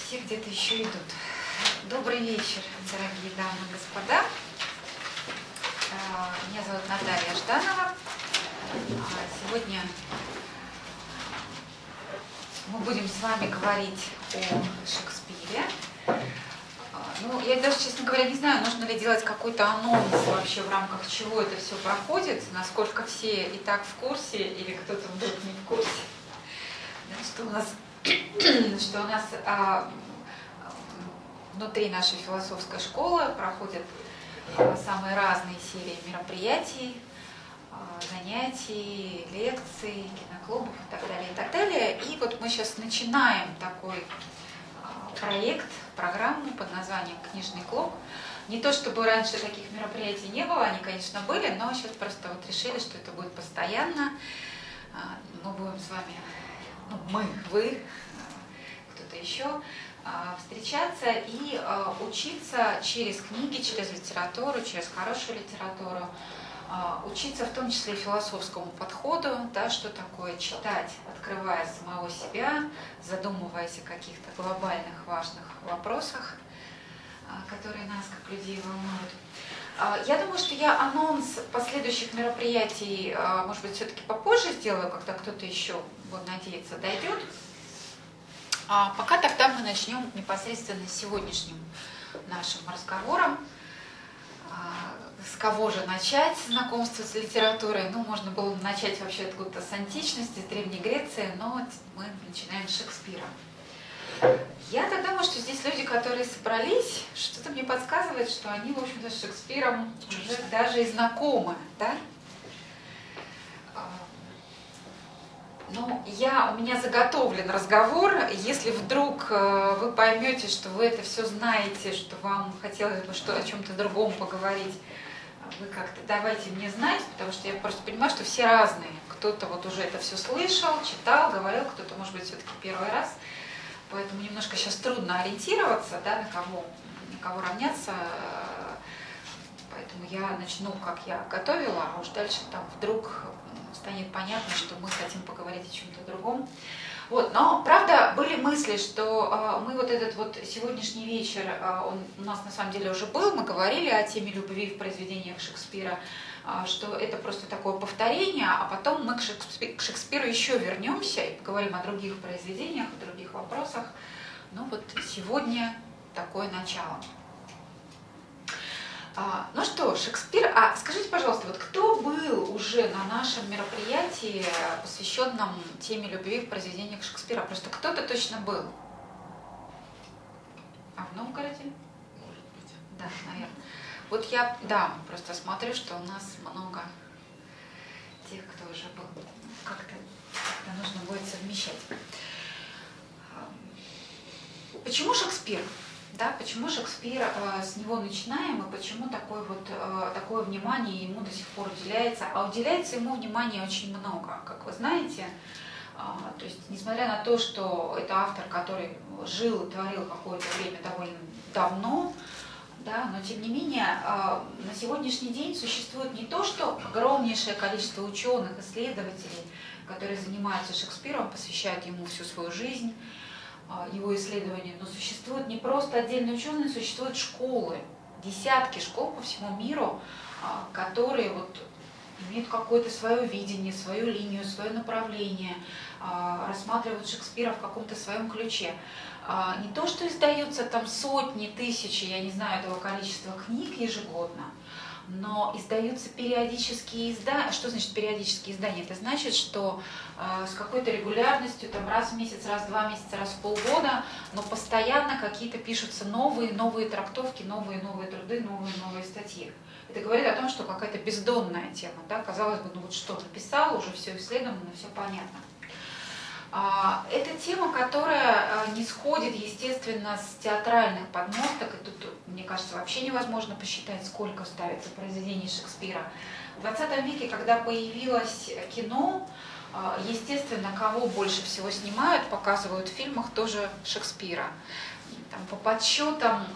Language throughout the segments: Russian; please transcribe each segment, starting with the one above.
Все где-то еще идут. Добрый вечер, дорогие дамы и господа. Меня зовут Наталья Жданова. Сегодня мы будем с вами говорить о Шекспире. Ну, я даже, честно говоря, не знаю, нужно ли делать какой-то анонс вообще, в рамках чего это все проходит, насколько все и так в курсе, или кто-то вдруг не в курсе. Да, что у нас внутри нашей философской школы проходят самые разные серии мероприятий, занятий, лекций, киноклубов и так далее, и так далее. И вот мы сейчас начинаем такой проект, программу под названием «Книжный клуб». Не то чтобы раньше таких мероприятий не было, они, конечно, были, но сейчас просто вот решили, что это будет постоянно. Мы будем с вами, ну, мы, вы, кто-то еще, встречаться и учиться через книги, через литературу, через хорошую литературу, учиться в том числе и философскому подходу, да, что такое читать, открывая самого себя, задумываясь о каких-то глобальных важных вопросах, которые нас, как людей, волнуют. Я думаю, что я анонс последующих мероприятий, может быть, все-таки попозже сделаю, когда кто-то еще, буду надеяться, дойдет. А пока тогда мы начнем непосредственно с сегодняшним нашим разговором. С кого же начать знакомство с литературой? Ну, можно было бы начать вообще откуда-то с античности, с Древней Греции, но мы начинаем с Шекспира. Я так думаю, что здесь люди, которые собрались, что-то мне подсказывает, что они, в общем-то, с Шекспиром уже даже и знакомы, да? Ну, у меня заготовлен разговор. Если вдруг вы поймете, что вы это все знаете, что вам хотелось бы о чем-то другом поговорить, вы как-то давайте мне знать, потому что я просто понимаю, что все разные. Кто-то вот уже это все слышал, читал, говорил, кто-то, может быть, все-таки первый раз. Поэтому немножко сейчас трудно ориентироваться, да, на кого равняться. Поэтому я начну, как я готовила, а уж дальше там вдруг станет понятно, что мы хотим поговорить о чем-то другом. Вот, но, правда, были мысли, что мы вот этот вот сегодняшний вечер, он у нас на самом деле уже был, мы говорили о теме любви в произведениях Шекспира, что это просто такое повторение, а потом мы к Шекспиру еще вернемся и поговорим о других произведениях, о других вопросах. Ну вот сегодня такое начало. Ну что, Шекспир, скажите, пожалуйста, вот кто был уже на нашем мероприятии, посвященном теме любви в произведениях Шекспира? Просто кто-то точно был. А в Новгороде? Может быть. Да, наверное. Вот я, да, просто смотрю, что у нас много тех, кто уже был. Как-то нужно будет совмещать. Почему Шекспир? Да, почему Шекспир, с него начинаем, и почему такое внимание ему до сих пор уделяется? А уделяется ему внимание очень много, как вы знаете. То есть, несмотря на то, что это автор, который жил и творил какое-то время довольно давно, да, но тем не менее на сегодняшний день существует не то, что огромнейшее количество ученых, исследователей, которые занимаются Шекспиром, посвящают ему всю свою жизнь, его исследования, но существуют не просто отдельные ученые, существуют школы, десятки школ по всему миру, которые вот имеют какое-то свое видение, свою линию, свое направление, рассматривают Шекспира в каком-то своем ключе. Не то, что издаются там сотни, тысячи, я не знаю этого количества книг ежегодно, но издаются периодические издания. Что значит периодические издания? Это значит, что с какой-то регулярностью, там раз в месяц, раз в 2 месяца, раз в полгода, но постоянно какие-то пишутся новые трактовки, новые труды, новые статьи. Это говорит о том, что какая-то бездонная тема, да? Казалось бы, ну вот что написал, уже все исследовано, все понятно. Это тема, которая не сходит, естественно, с театральных подмосток, и тут, мне кажется, вообще невозможно посчитать, сколько ставится произведений Шекспира. В 20 веке, когда появилось кино, естественно, кого больше всего снимают, показывают в фильмах, тоже Шекспира. Там, по подсчетам,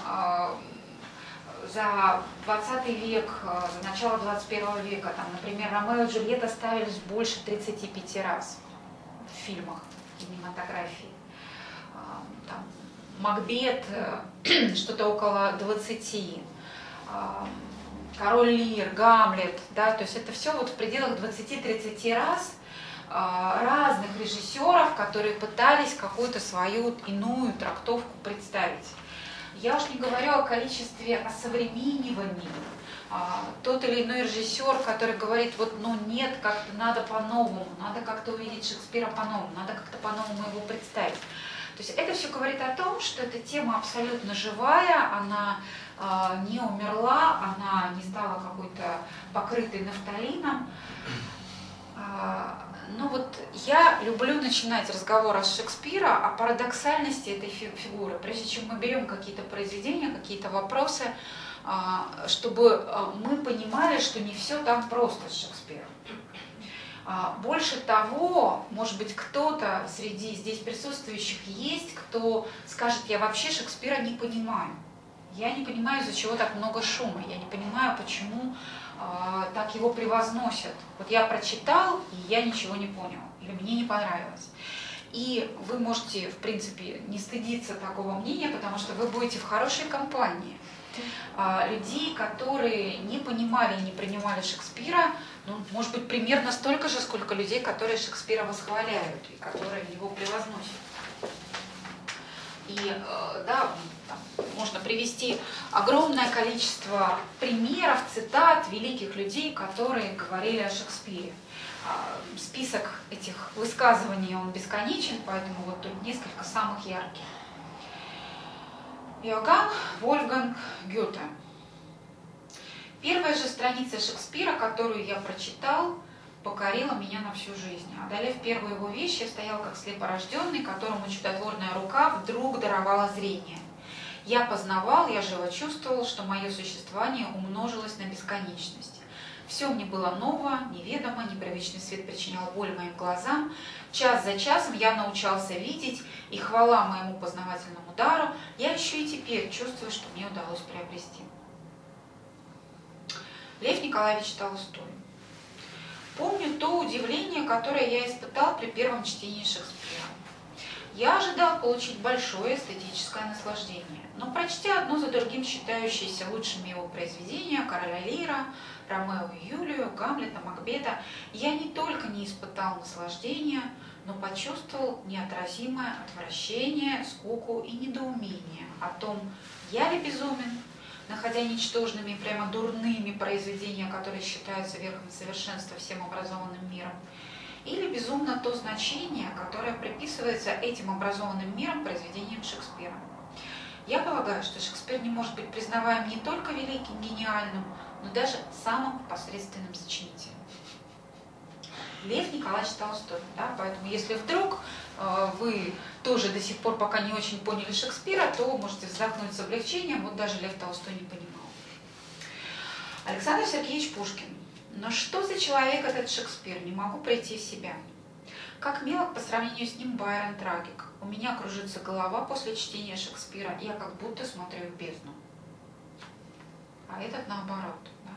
за 20 век, за начало 21 века, там, например, Ромео и Джульетта ставились больше 35 раз в фильмах, в кинематографии. Там Макбет, что-то около 20, Король Лир, Гамлет, да, то есть это все вот в пределах 20-30 раз разных режиссеров, которые пытались какую-то свою иную трактовку представить. Я уж не говорю о количестве осовремениваний. Тот или иной режиссер, который говорит, вот, ну нет, как-то надо по-новому, надо как-то увидеть Шекспира по-новому, надо как-то по-новому его представить. То есть это все говорит о том, что эта тема абсолютно живая, она не умерла, она не стала какой-то покрытой нафталином. Но вот я люблю начинать разговор с Шекспира о парадоксальности этой фигуры, прежде чем мы берем какие-то произведения, какие-то вопросы, чтобы мы понимали, что не все там просто с Шекспиром. Больше того, может быть, кто-то среди здесь присутствующих есть, кто скажет, я вообще Шекспира не понимаю. Я не понимаю, из-за чего так много шума, я не понимаю, почему так его превозносят. Вот я прочитал, и я ничего не понял, или мне не понравилось. И вы можете, в принципе, не стыдиться такого мнения, потому что вы будете в хорошей компании. Людей, которые не понимали и не принимали Шекспира, ну, может быть, примерно столько же, сколько людей, которые Шекспира восхваляют и которые его превозносят. И да, там можно привести огромное количество примеров, цитат великих людей, которые говорили о Шекспире. Список этих высказываний, он бесконечен, поэтому вот тут несколько самых ярких. Иоганн Вольфганг Гёте. Первая же страница Шекспира, которую я прочитал, покорила меня на всю жизнь. Одолев первую его вещь, я стоял как слепорожденный, которому чудотворная рука вдруг даровала зрение. Я познавал, я живо чувствовал, что мое существование умножилось на бесконечность. Все мне было ново, неведомо, непривычный свет причинял боль моим глазам. Час за часом я научался видеть, и хвала моему познавательному дару, я еще и теперь чувствую, что мне удалось приобрести. Лев Николаевич Толстой. Помню то удивление, которое я испытал при первом чтении Шекспира. Я ожидал получить большое эстетическое наслаждение, но прочтя одно за другим считающиеся лучшими его произведения «Короля Лира», «Ромео и Юлию», «Гамлета», «Макбета», я не только не испытал наслаждения, но почувствовал неотразимое отвращение, скуку и недоумение о том, я ли безумен, находя ничтожными и прямо дурными произведения, которые считаются верхом совершенства всем образованным миром, или безумно то значение, которое приписывается этим образованным миром произведениям Шекспира. Я полагаю, что Шекспир не может быть признаваем не только великим, гениальным, но даже самым посредственным сочинителем. Лев Николаевич Толстой. Да? Поэтому если вдруг вы тоже до сих пор пока не очень поняли Шекспира, то можете вздохнуть с облегчением, вот даже Лев Толстой не понимал. Александр Сергеевич Пушкин. Но что за человек этот Шекспир? Не могу прийти в себя. Как мелок по сравнению с ним Байрон трагик. У меня кружится голова после чтения Шекспира, я как будто смотрю в бездну. А этот наоборот. Да?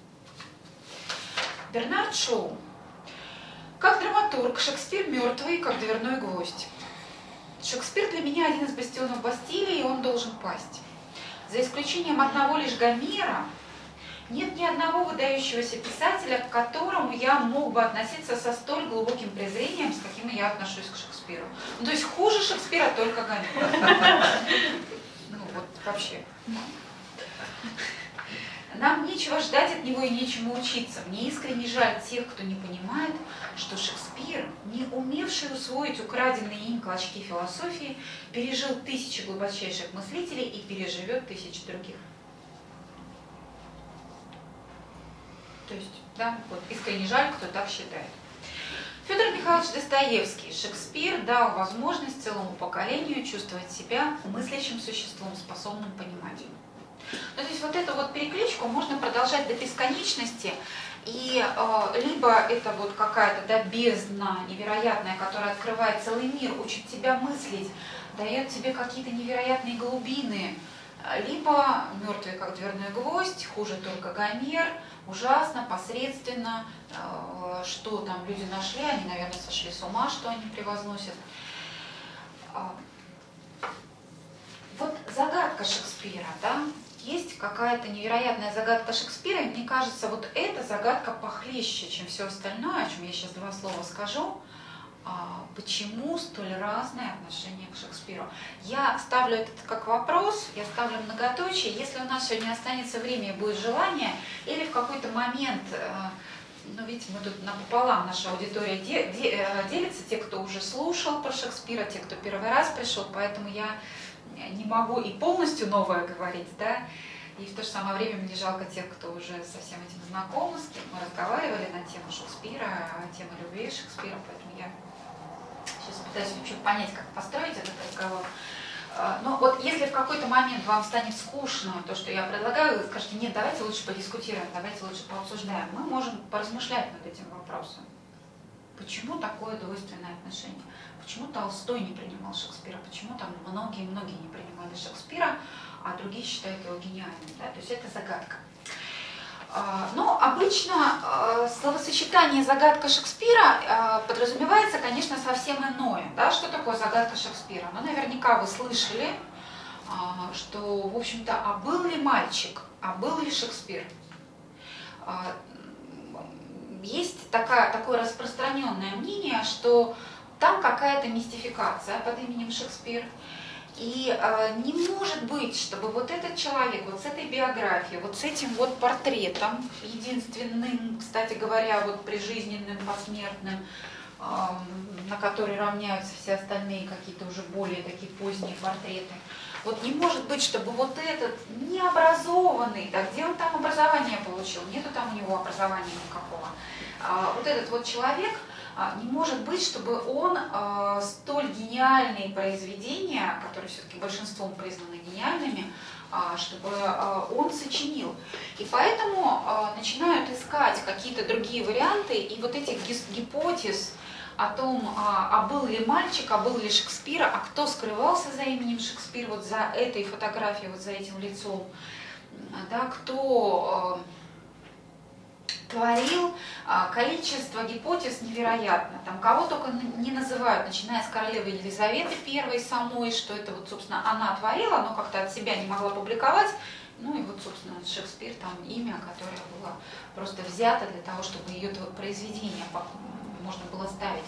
Бернард Шоу. Как драматург, Шекспир мертвый, как дверной гвоздь. Шекспир для меня один из бастионов Бастилии, и он должен пасть. За исключением одного лишь Гомера, нет ни одного выдающегося писателя, к которому я мог бы относиться со столь глубоким презрением, с каким я отношусь к Шекспиру. Ну, то есть хуже Шекспира только Гомер. Ну, вот вообще. Нам нечего ждать от него и нечему учиться. Мне искренне жаль тех, кто не понимает, что Шекспир, не умевший усвоить украденные им клочки философии, пережил тысячи глубочайших мыслителей и переживет тысячи других. То есть, да, вот искренне жаль, кто так считает. Федор Михайлович Достоевский. Шекспир дал возможность целому поколению чувствовать себя мыслящим существом, способным понимать. Ну, то есть вот эту вот перекличку можно продолжать до бесконечности, и либо это вот какая-то, да, бездна невероятная, которая открывает целый мир, учит тебя мыслить, дает тебе какие-то невероятные глубины, либо мертвый как дверной гвоздь, хуже только Гомер, ужасно, посредственно, что там люди нашли, они, наверное, сошли с ума, что они превозносят. загадка Шекспира, да? Есть какая-то невероятная загадка Шекспира, и мне кажется, вот эта загадка похлеще, чем все остальное, о чем я сейчас два слова скажу. Почему столь разное отношение к Шекспиру? Я ставлю это как вопрос, я ставлю многоточие. Если у нас сегодня останется время и будет желание, или в какой-то момент, ну видите, мы тут напополам, наша аудитория делится, те, кто уже слушал про Шекспира, те, кто первый раз пришел, поэтому я не могу и полностью новое говорить, да, и в то же самое время мне жалко тех, кто уже со всем этим знаком, с кем мы разговаривали на тему Шекспира, тему любви Шекспира, поэтому я сейчас пытаюсь вообще понять, как построить этот разговор. Но вот если в какой-то момент вам станет скучно то, что я предлагаю, вы скажете, нет, давайте лучше подискутируем, давайте лучше пообсуждаем, мы можем поразмышлять над этим вопросом. Почему такое двойственное отношение? Почему Толстой не принимал Шекспира? Почему там многие-многие не принимали Шекспира, а другие считают его гениальным? Да? То есть это загадка. Но обычно словосочетание «загадка Шекспира» подразумевается, конечно, совсем иное. Да? Что такое загадка Шекспира? Ну, наверняка вы слышали, что, в общем-то, а был ли мальчик, а был ли Шекспир? Есть такое распространенное мнение, что там какая-то мистификация под именем Шекспир. И не может быть, чтобы вот этот человек, вот с этой биографией, вот с этим вот портретом, единственным, кстати говоря, вот прижизненным, посмертным, на который равняются все остальные какие-то уже более такие поздние портреты, вот не может быть, чтобы вот этот необразованный, да, где он там образование получил, нету там у него образования никакого, вот этот вот человек, не может быть, чтобы он столь гениальные произведения, которые все-таки большинством признаны гениальными, чтобы он сочинил. И поэтому начинают искать какие-то другие варианты, и вот этих гипотез о том, а был ли мальчик, а был ли Шекспир, а кто скрывался за именем Шекспир, вот за этой фотографией, вот за этим лицом, да, кто творил, количество гипотез невероятно. Там кого только не называют, начиная с королевы Елизаветы I самой, что это вот, собственно, она творила, но как-то от себя не могла публиковать. Ну и вот, собственно, Шекспир, там имя, которое было просто взято для того, чтобы ее произведение можно было ставить.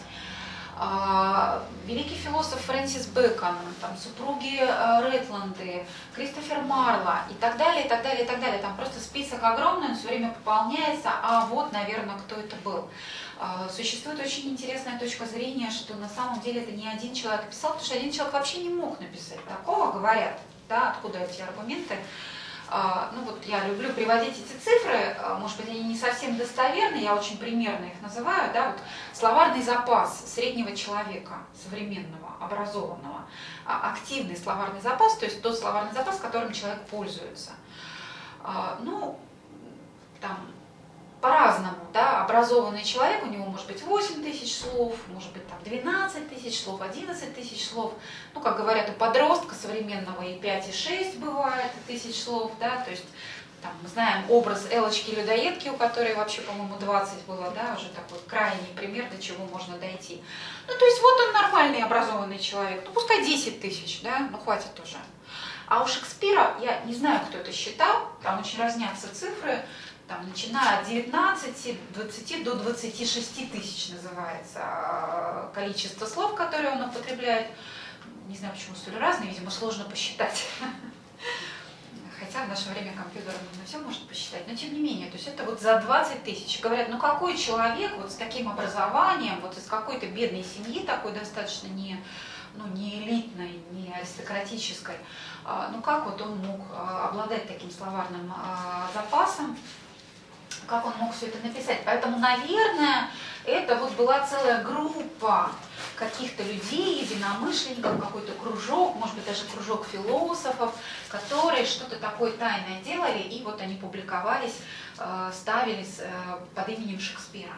Великий философ Фрэнсис Бэкон, там, супруги Ретланды, Кристофер Марло и так далее, и так далее, и так далее. Там просто список огромный, он все время пополняется, а вот, наверное, кто это был. Существует очень интересная точка зрения, что на самом деле это не один человек писал, потому что один человек вообще не мог написать такого, говорят, да, откуда эти аргументы. Ну вот я люблю приводить эти цифры, может быть, они не совсем достоверны, я очень примерно их называю, да, вот словарный запас среднего человека, современного, образованного, активный словарный запас, то есть тот словарный запас, которым человек пользуется. Ну, там, по-разному, да, образованный человек, у него может быть 8 тысяч слов, может быть там 12 тысяч слов, 11 тысяч слов, ну, как говорят, у подростка современного и 5, и 6 бывает тысяч слов, да, то есть там, мы знаем образ Элочки-людоедки, у которой вообще, по-моему, 20 было, да, уже такой крайний пример, до чего можно дойти. Ну, то есть вот он нормальный образованный человек, ну, пускай 10 тысяч, да, ну, хватит уже. А у Шекспира, я не знаю, кто это считал, там очень разнятся цифры, там, начиная от 19, 20 до 26 тысяч называется количество слов, которые он употребляет. Не знаю, почему столь разные, видимо, сложно посчитать. Хотя в наше время компьютер на все может посчитать, но тем не менее, то есть это вот за 20 тысяч. Говорят, ну какой человек вот с таким образованием, вот из какой-то бедной семьи, такой достаточно не элитной, не аристократической, ну как вот он мог обладать таким словарным запасом, как он мог все это написать. Поэтому, наверное, это вот была целая группа каких-то людей, единомышленников, какой-то кружок, может быть, даже кружок философов, которые что-то такое тайное делали, и вот они публиковались, ставились под именем Шекспира.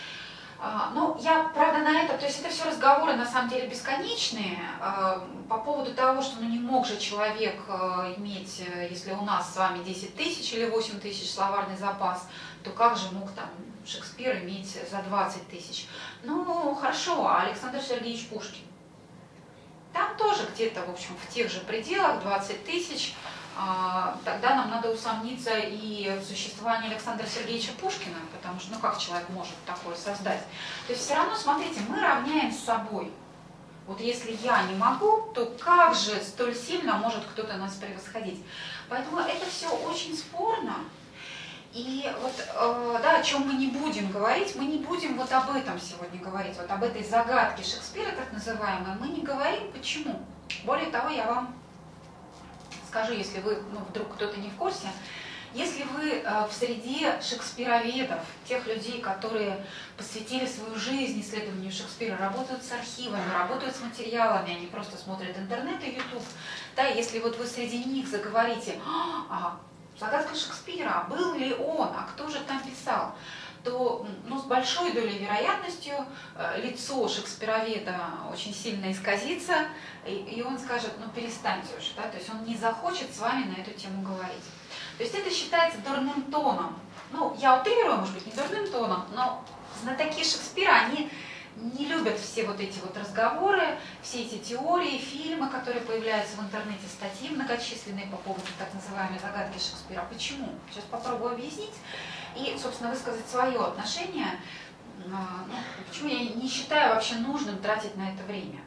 Ну, я, правда, на это, то есть это все разговоры, на самом деле, бесконечные, по поводу того, что ну, не мог же человек иметь, если у нас с вами 10 тысяч или 8 тысяч словарный запас, то как же мог там Шекспир иметь за 20 тысяч? Ну, хорошо, а Александр Сергеевич Пушкин? Там тоже где-то, в общем, в тех же пределах 20 тысяч. Тогда нам надо усомниться и в существовании Александра Сергеевича Пушкина, потому что, ну как человек может такое создать? То есть все равно, смотрите, мы равняем с собой. Вот если я не могу, то как же столь сильно может кто-то нас превосходить? Поэтому это все очень спорно. И вот, да, о чем мы не будем говорить, мы не будем вот об этом сегодня говорить, вот об этой загадке Шекспира, так называемой, мы не говорим. Почему? Более того, я вам скажу, если вы, ну, вдруг кто-то не в курсе, если вы в среде шекспироведов, тех людей, которые посвятили свою жизнь исследованию Шекспира, работают с архивами, работают с материалами, они просто смотрят интернет и YouTube, да, если вот вы среди них заговорите, загадка Шекспира, был ли он, а кто же там писал, то, ну, с большой долей вероятностью лицо шекспироведа очень сильно исказится, и он скажет, ну перестаньте уже, да, то есть он не захочет с вами на эту тему говорить. То есть это считается дурным тоном. Ну, я утрирую, может быть, не дурным тоном, но знатоки Шекспира, они не любят все вот эти вот разговоры, все эти теории, фильмы, которые появляются в интернете, статьи многочисленные по поводу так называемой загадки Шекспира. Почему? Сейчас попробую объяснить и, собственно, высказать свое отношение. Ну, почему я не считаю вообще нужным тратить на это время.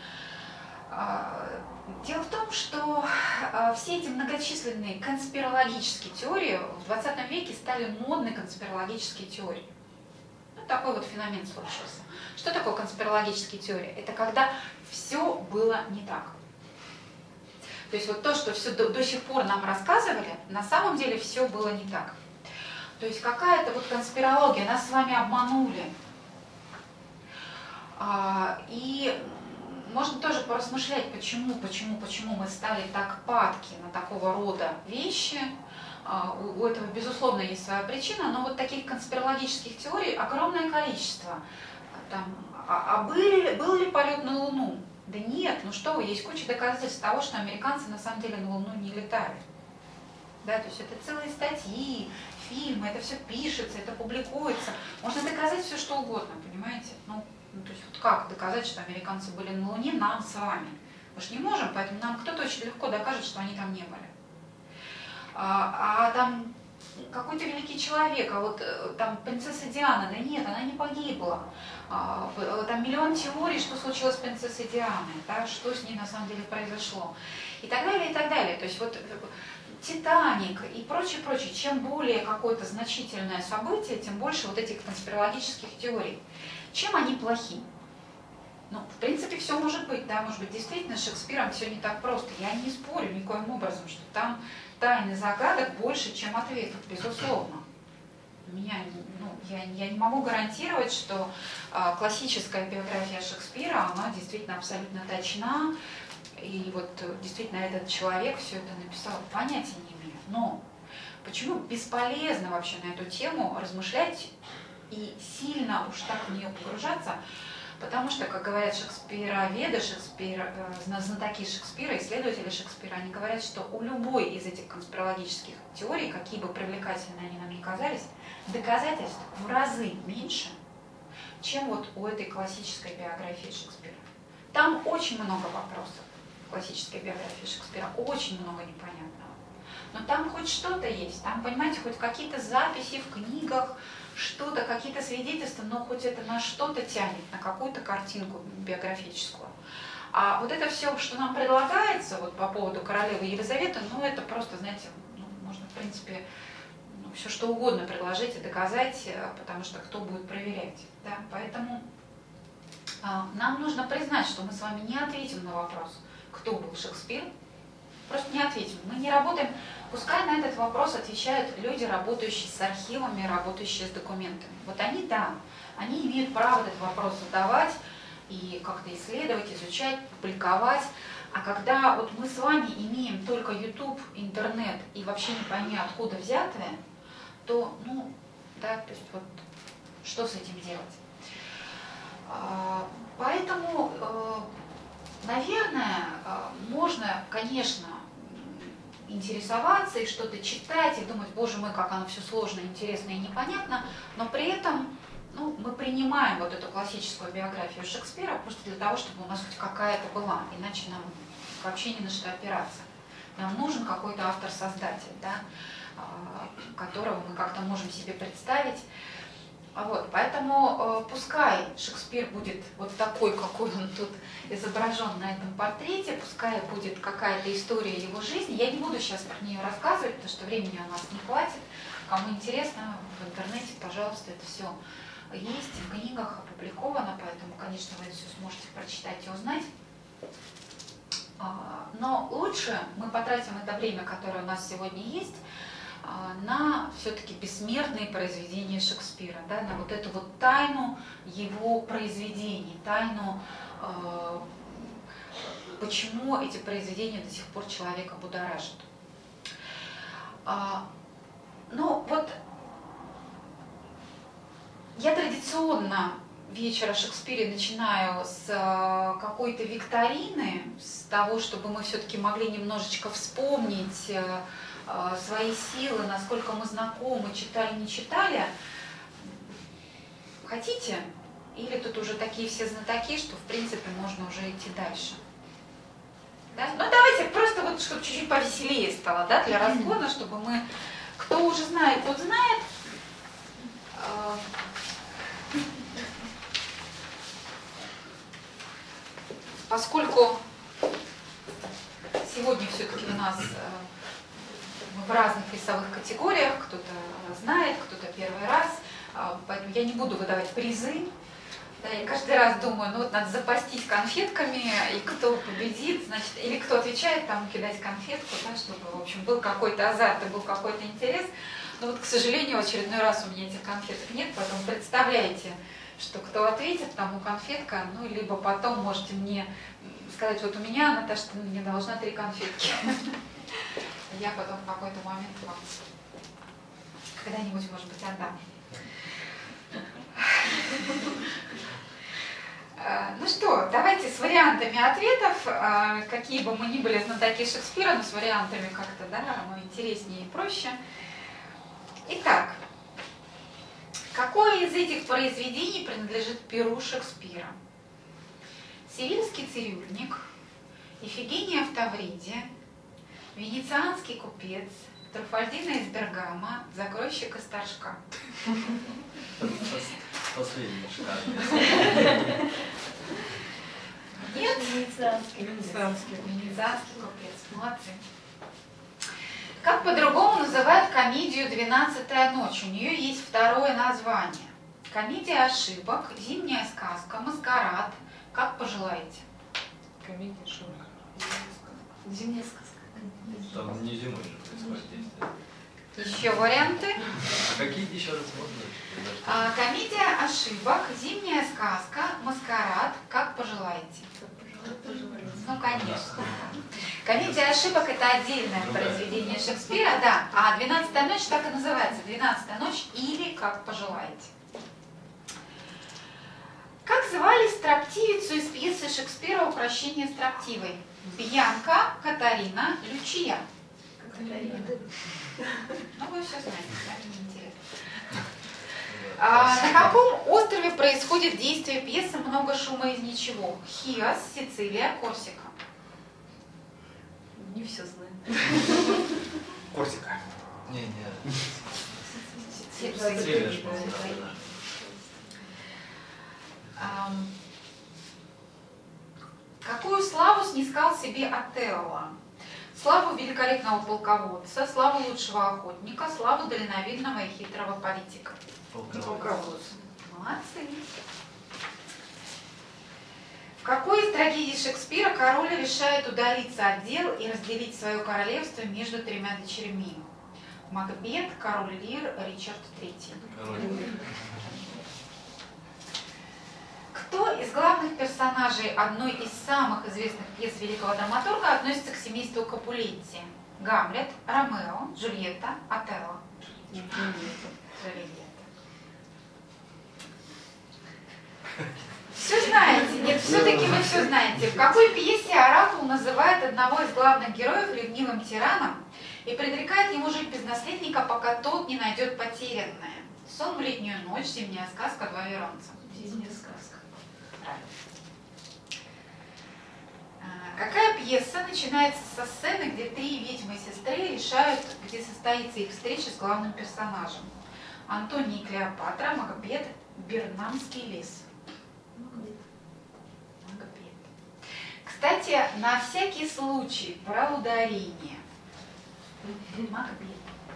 Дело в том, что все эти многочисленные конспирологические теории в 20 веке стали модной конспирологические теории. Ну, такой вот феномен случился. Что такое конспирологические теории? Это когда все было не так. То есть вот то, что все до сих пор нам рассказывали, на самом деле все было не так. То есть какая-то вот конспирология, нас с вами обманули. И можно тоже поразмышлять, почему мы стали так падки на такого рода вещи. У этого, безусловно, есть своя причина, но вот таких конспирологических теорий огромное количество. Был ли полет на Луну? Да нет, ну что вы, есть куча доказательств того, что американцы на самом деле на Луну не летают. Да, то есть это целые статьи, фильмы, это все пишется, это публикуется. Можно доказать все, что угодно, понимаете? Ну, то есть вот как доказать, что американцы были на Луне нам с вами? Мы же не можем, поэтому нам кто-то очень легко докажет, что они там не были. Там какой-то великий человек, а вот там принцесса Диана, да нет, она не погибла. Там миллион теорий, что случилось с принцессой Дианой, да, что с ней на самом деле произошло. И так далее, и так далее. То есть вот Титаник и прочее, прочее. Чем более какое-то значительное событие, тем больше вот этих конспирологических теорий. Чем они плохи? Ну, в принципе, все может быть, да, может быть, действительно, с Шекспиром все не так просто. Я не спорю никоим образом, что там тайн и загадок больше, чем ответов, безусловно. Я не могу гарантировать, что классическая биография Шекспира, она действительно абсолютно точна, и вот действительно этот человек все это написал, понятия не имею. Но почему бесполезно вообще на эту тему размышлять и сильно уж так в нее погружаться? Потому что, как говорят шекспироведы, знатоки Шекспира, исследователи Шекспира, они говорят, что у любой из этих конспирологических теорий, какие бы привлекательные они нам ни казались, доказательств в разы меньше, чем вот у этой классической биографии Шекспира. Там очень много вопросов в классической биографии Шекспира, очень много непонятного. Но там хоть что-то есть, там, понимаете, хоть какие-то записи в книгах, что-то, какие-то свидетельства, но хоть это на что-то тянет, на какую-то картинку биографическую. А вот это все, что нам предлагается вот по поводу королевы Елизаветы, ну это просто, знаете, можно в принципе все что угодно предложить и доказать, потому что кто будет проверять. Да? Поэтому нам нужно признать, что мы с вами не ответим на вопрос, кто был Шекспир, просто не ответим. Мы не работаем. Пускай на этот вопрос отвечают люди, работающие с архивами, работающие с документами. Вот они, да, они имеют право этот вопрос задавать и как-то исследовать, изучать, публиковать. А когда вот мы с вами имеем только YouTube, интернет и вообще не пойми откуда взятое, то, ну, да, то есть вот что с этим делать? Поэтому, наверное, можно, конечно, интересоваться и что-то читать, и думать, боже мой, как оно все сложно, интересно и непонятно, но при этом ну, мы принимаем вот эту классическую биографию Шекспира просто для того, чтобы у нас хоть какая-то была, иначе нам вообще не на что опираться. Нам нужен какой-то автор-создатель, да, которого мы как-то можем себе представить. Вот, поэтому пускай Шекспир будет вот такой, какой он тут изображен на этом портрете, пускай будет какая-то история его жизни. Я не буду сейчас про нее рассказывать, потому что времени у нас не хватит. Кому интересно, в интернете, пожалуйста, это все есть, в книгах опубликовано, поэтому, конечно, вы это все сможете прочитать и узнать. Но лучше мы потратим это время, которое у нас сегодня есть, на все-таки бессмертные произведения Шекспира, да, на вот эту вот тайну его произведений, тайну, почему эти произведения до сих пор человека будоражат. Ну вот, я традиционно вечер о Шекспире начинаю с какой-то викторины, с того, чтобы мы все-таки могли немножечко вспомнить свои силы, насколько мы знакомы, читали, не читали. Хотите? Или тут уже такие все знатоки, что в принципе можно уже идти дальше? Да? Ну давайте просто вот, чтобы чуть-чуть повеселее стало, да, для разгона, чтобы мы, кто уже знает, тот знает. Поскольку сегодня все-таки у нас в разных весовых категориях, кто-то знает, кто-то первый раз, поэтому я не буду выдавать призы. Да, я каждый раз думаю, ну вот надо запастись конфетками, и кто победит, значит, или кто отвечает, тому кидать конфетку, да, чтобы, в общем, был какой-то азарт и был какой-то интерес. Но вот, к сожалению, в очередной раз у меня этих конфеток нет, поэтому представляете, что кто ответит, тому конфетка, ну, либо потом можете мне сказать, вот у меня, Наташа, ты мне должна 3 конфетки. Я потом в какой-то момент вам когда-нибудь, может быть, отдам. Ну что, давайте с вариантами ответов, какие бы мы ни были знатоки Шекспира, но с вариантами как-то, да, интереснее и проще. Итак, какое из этих произведений принадлежит перу Шекспира? Севильский цирюльник, Ифигения в Тавриде, Венецианский купец, Труфальдино из Бергама, Закройщик из Торжка. Последний шаг. Нет? Венецианский Купец. Молодцы. Как по-другому называют комедию «12-я ночь»? У нее есть второе название. Комедия ошибок, зимняя сказка, маскарад. Как пожелаете? Комедия ошибок. Зимняя сказка. Там не зимой же происходит действие. Еще варианты? А какие еще раз можно? Комедия ошибок, зимняя сказка, маскарад. Как пожелаете? Ну, конечно. Комедия ошибок — это отдельное произведение Шекспира, да. А «12-я ночь» так и называется. «12-я ночь» или «Как пожелаете». Как звали строптивицу из пьесы Шекспира «Укрощение строптивой»? Бьянка, Катарина, Лючия. Катарина. Ну, вы все знаете, да, мне интересно. На каком острове происходит действие пьесы «Много шума из ничего»? Хиос, Сицилия, Корсика. Не все знаю. Корсика. Не. Сицилия. Какую славу снискал себе Отелло? Славу великолепного полководца, славу лучшего охотника, славу дальновидного и хитрого политика. Полководец. Молодцы. В какой из трагедий Шекспира король решает удалиться от дел и разделить свое королевство между 3 дочерьми? Макбет, Король Лир, Ричард III. Кто из главных персонажей одной из самых известных пьес великого драматурга относится к семейству Капулетти? Гамлет, Ромео, Джульетта, Отелло. Джульетта. Все знаете? Нет, все-таки вы все знаете. В какой пьесе оракул называет одного из главных героев ревнивым тираном и предрекает ему жить без наследника, пока тот не найдет потерянное? Сон в летнюю ночь, зимняя сказка, два веронца. Зимняя сказка. Правильно. Какая пьеса начинается со сцены, где три ведьмы и сестры решают, где состоится их встреча с главным персонажем? Антоний и Клеопатра, Макбет, Бернамский лес. Макбет. Кстати, на всякий случай про ударение. Макбет.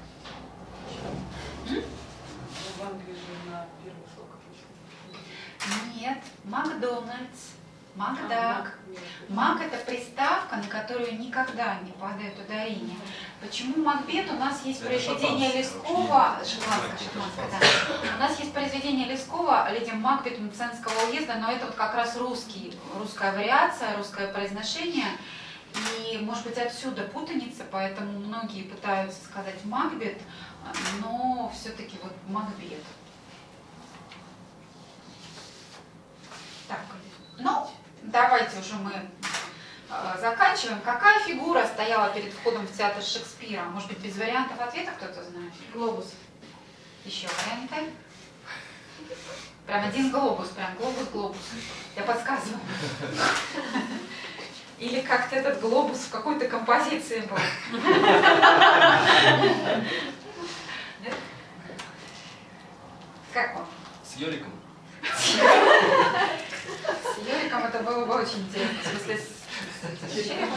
В Англии же на первых слогах очень. Нет, Макдональдс, Макдак. Мак – это приставка, на которую никогда не падает ударение. Почему Макбет? У нас есть Это произведение Лескова, шотландское, да. У нас есть произведение Лескова «Леди Макбет Мценского уезда», но это вот как раз русская вариация, русское произношение. И, может быть, отсюда путаница, поэтому многие пытаются сказать Макбет, но все-таки вот Макбет. Так, ну, давайте уже мы заканчиваем. Какая фигура стояла перед входом в театр Шекспира? Может быть, без вариантов ответа кто-то знает? Глобус. Еще варианты? Прям один глобус, прям глобус. Я подсказываю. Или как-то этот глобус в какой-то композиции был. Нет? Как он? С Йориком. С Юриком это было бы очень интересно. В смысле, с черепом?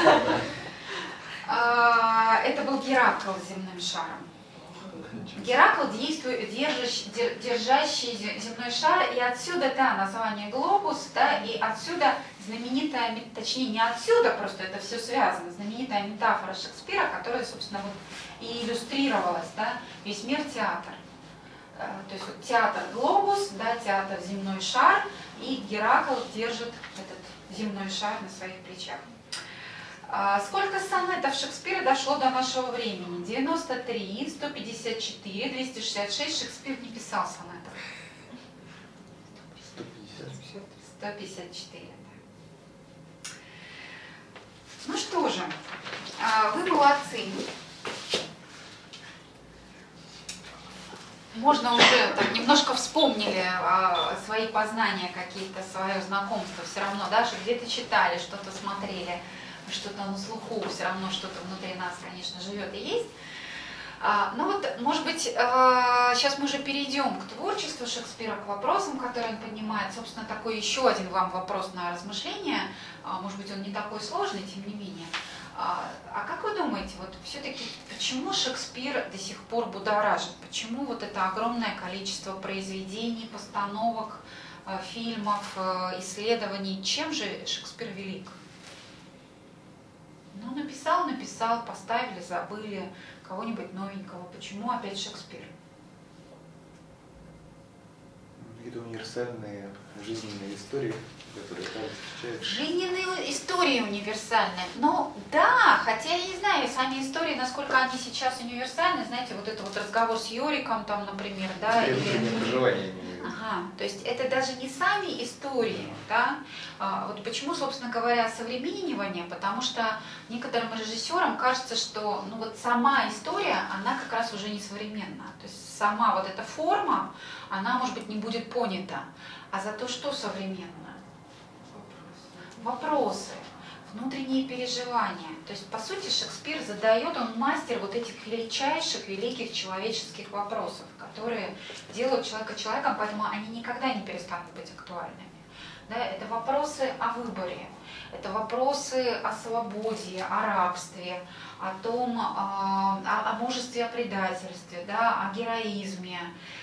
Это был Геракл с земным шаром. Геракл держащий земной шар, и отсюда, да, название глобус, да, и отсюда знаменитая, точнее не отсюда, просто это все связано, знаменитая метафора Шекспира, которая, собственно, вот и иллюстрировалась, да, весь мир театр. То есть вот театр глобус, да, театр земной шар, и Геракл держит этот земной шар на своих плечах. Сколько сонетов Шекспира дошло до нашего времени? 93, 154, 266. Шекспир не писал сонетов. 150. 154. Да. Ну что же, вы молодцы. Можно уже так немножко вспомнили свои познания какие-то, свое знакомство все равно, да, что где-то читали, что-то смотрели, что-то на слуху, все равно что-то внутри нас, конечно, живет и есть. Ну вот, может быть, сейчас мы уже перейдем к творчеству Шекспира, к вопросам, которые он поднимает. Собственно, такой еще один вам вопрос на размышление. Может быть, он не такой сложный, тем не менее. А как вы думаете, вот все-таки почему Шекспир до сих пор будоражит? Почему вот это огромное количество произведений, постановок, фильмов, исследований? Чем же Шекспир велик? Ну, написал, поставили, забыли кого-нибудь новенького. Почему опять Шекспир? Это универсальные жизненные истории, которые там встречаются. Жизненные истории универсальные. Ну да, хотя я не знаю, сами истории, насколько они сейчас универсальны. Знаете, вот это вот разговор с Йориком, там, например, да, Скорее, или... внутреннее проживание. Ага, то есть это даже не сами истории, да. Вот почему, собственно говоря, современнивание, потому что некоторым режиссерам кажется, что ну вот сама история, она как раз уже не современна. То есть сама вот эта форма, она, может быть, не будет понята. А зато что современно? Вопросы, внутренние переживания. То есть, по сути, Шекспир задает, он мастер вот этих величайших, великих человеческих вопросов, которые делают человека человеком, поэтому они никогда не перестанут быть актуальными. Да, это вопросы о выборе, это вопросы о свободе, о рабстве, о том, о мужестве, о предательстве, да, о героизме,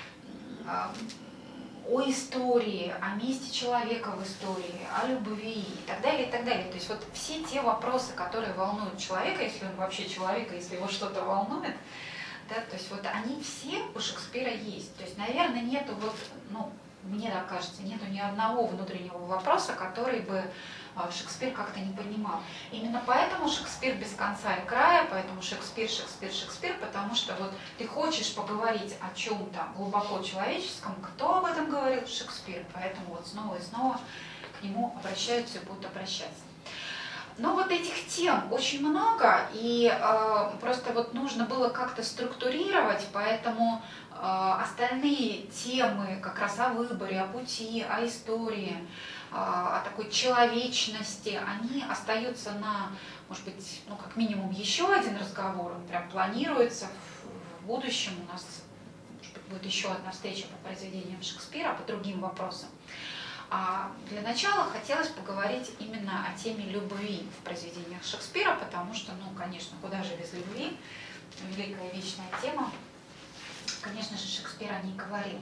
о истории, о месте человека в истории, о любви и так далее, и так далее. То есть вот все те вопросы, которые волнуют человека, если он вообще человек, если его что-то волнует, да, то есть вот они все у Шекспира есть. То есть, наверное, нету вот, ну, мне так кажется, нету ни одного внутреннего вопроса, который бы Шекспир как-то не понимал. Именно поэтому Шекспир без конца и края, поэтому Шекспир, потому что вот ты хочешь поговорить о чем-то глубоко человеческом, кто об этом говорил? Шекспир. Поэтому вот снова и снова к нему обращаются и будут обращаться. Но вот этих тем очень много, и просто вот нужно было как-то структурировать, поэтому остальные темы как раз о выборе, о пути, о истории, о такой человечности, они остаются на, может быть, ну как минимум еще один разговор, он прям планируется в будущем, у нас, может быть, будет еще одна встреча по произведениям Шекспира, по другим вопросам. А для начала хотелось поговорить именно о теме любви в произведениях Шекспира, потому что, ну, конечно, куда же без любви, великая вечная тема, конечно же, Шекспир о ней говорил.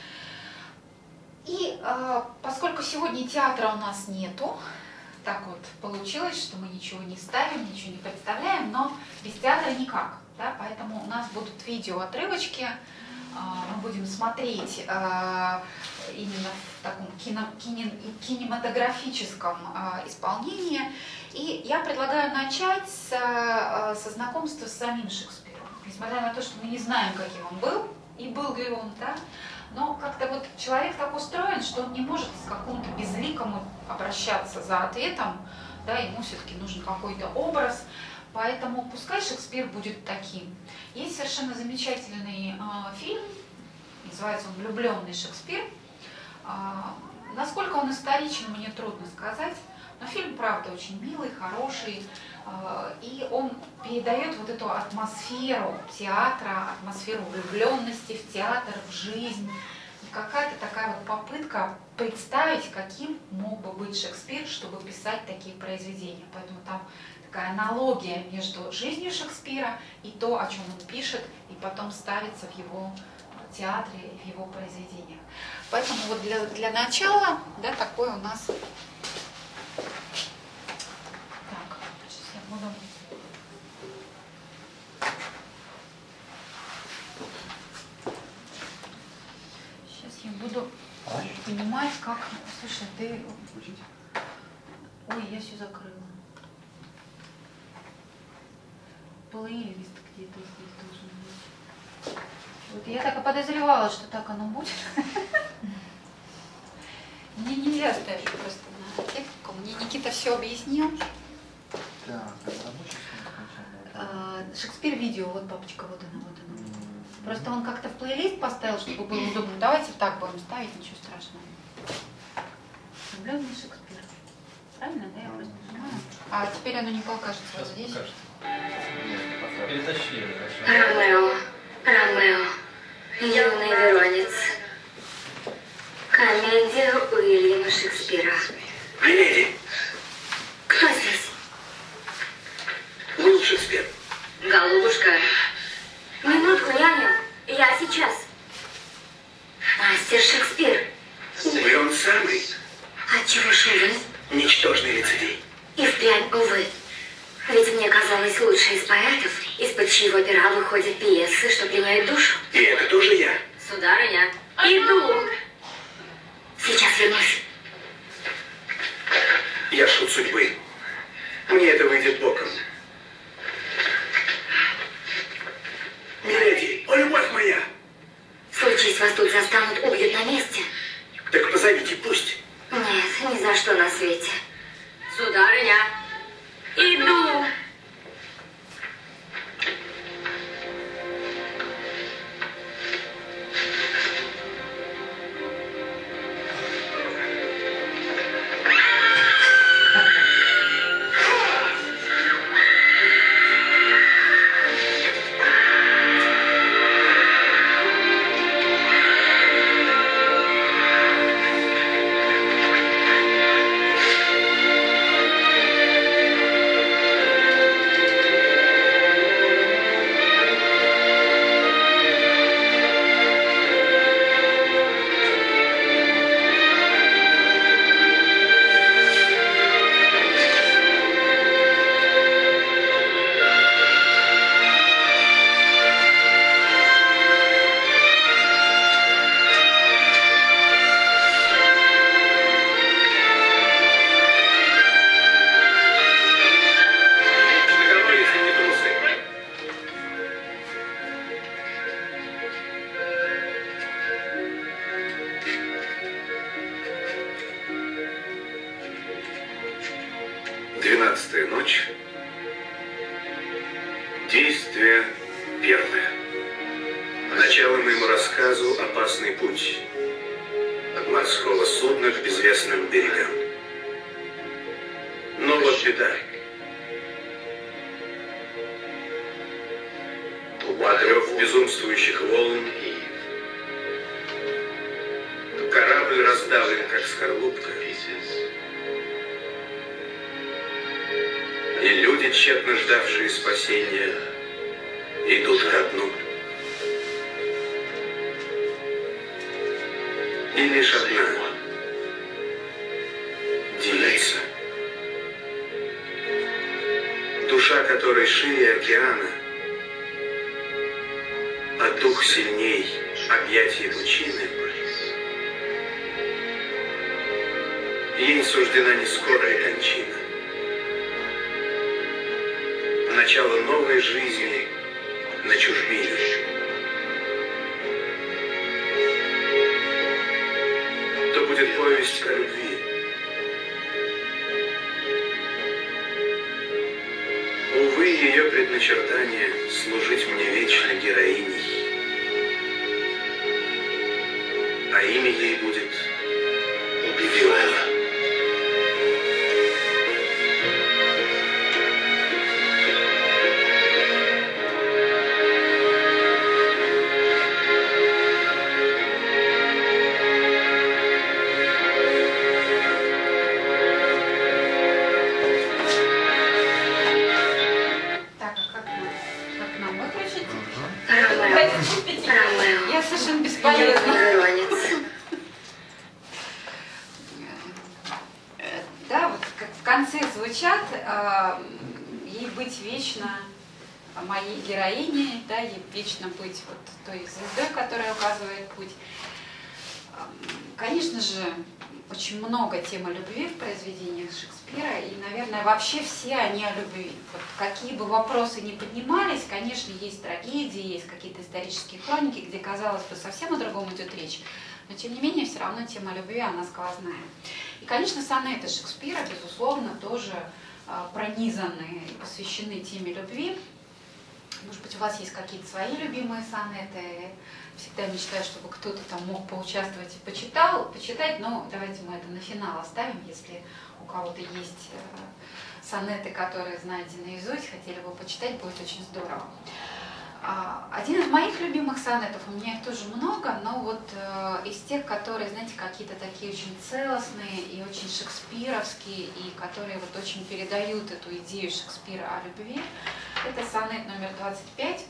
И поскольку сегодня театра у нас нету, так вот получилось, что мы ничего не ставим, ничего не представляем, но без театра никак, да, поэтому у нас будут видеоотрывочки, мы будем смотреть именно в таком кинематографическом исполнении. И я предлагаю начать со знакомства с самим Шекспиром. Несмотря на то, что мы не знаем, каким он был, и был ли он, да, но как-то вот человек так устроен, что он не может к какому-то безликому обращаться за ответом, да, ему все-таки нужен какой-то образ. Поэтому пускай Шекспир будет таким. Есть совершенно замечательный фильм, называется он «Влюбленный Шекспир». Насколько он историчен, мне трудно сказать, но фильм, правда, очень милый, хороший, и он передает вот эту атмосферу театра, атмосферу влюбленности в театр, в жизнь. И какая-то такая вот попытка представить, каким мог бы быть Шекспир, чтобы писать такие произведения. Поэтому там такая аналогия между жизнью Шекспира и то, о чем он пишет, и потом ставится в его театре и в его произведениях. Поэтому вот для начала, да, такой у нас... Так, сейчас я буду... Сейчас я буду понимать, как... Слушай, ты... Ой, я все закрыла. Плейлист где-то здесь должен быть. Вот я так и подозревала, что так оно будет. Мне нельзя ставить просто на технику. Мне Никита все объяснил. Шекспир видео, вот папочка, вот она, вот она. Просто он как-то в плейлист поставил, чтобы было удобно. Давайте так будем ставить, ничего страшного. Влюбленный Шекспир. Правильно, да? Я просто нажимаю. А теперь оно не покажется вот здесь. Покажется. Перетащи. Ромео, Ромео, юный веронец. Комедия Уильяма Шекспира. Леди, Кто здесь? Уилл Шекспир. Голубушка. Минутку, няня. Я сейчас. Мастер Шекспир. Увы, он самый. А чего ж увы? Ничтожный лицедей. И впрямь увы. Ведь мне казалось, лучший из поэтов, из-под чьего пера выходят пьесы, что пленяют душу. И это тоже я. Сударыня, иду. Сейчас вернусь. Я шут судьбы. Мне это выйдет боком. Миледи, о, любовь моя! Случись вас тут застанут, убьют на месте. Так позовите, пусть. Нет, ни за что на свете. Сударыня, иду. Действие первое. Начало моему рассказу «Опасный путь» от морского судна к безвестным берегам. Но вот беда. Под рев безумствующих волн корабль раздавлен, как скорлупка. И люди, тщетно ждавшие спасения, идут ко дну. И лишь одна девица, душа которой шире океана, а дух сильней объятий пучины, ей суждена не скорая кончина. Начало новой жизни на чужбине. То будет повесть о любви. Увы, ее предначертание служить мне вечно героиней. А имя ей будет Виола. Так, а как нам выключить? Ромео. Я совершенно бесполезна. Веронец. Да, вот как в конце звучат, ей быть вечно моей героиней, да, ей вечно быть вот той звездой, которая указывает путь. Конечно же, очень много темы любви в произведениях Шекспира, и, наверное, вообще все они о любви. Вот какие бы вопросы ни поднимались, конечно, есть трагедии, есть какие-то исторические хроники, где, казалось бы, совсем о другом идет речь, но, тем не менее, все равно тема любви, она сквозная. И, конечно, сонеты Шекспира, безусловно, тоже пронизаны и посвящены теме любви. Может быть, у вас есть какие-то свои любимые сонеты. Всегда мечтаю, чтобы кто-то там мог поучаствовать и почитать, но давайте мы это на финал оставим, если у кого-то есть сонеты, которые знаете наизусть, хотели бы почитать, будет очень здорово. Один из моих любимых сонетов, у меня их тоже много, но вот из тех, которые, знаете, какие-то такие очень целостные и очень шекспировские, и которые вот очень передают эту идею Шекспира о любви, это сонет номер 25.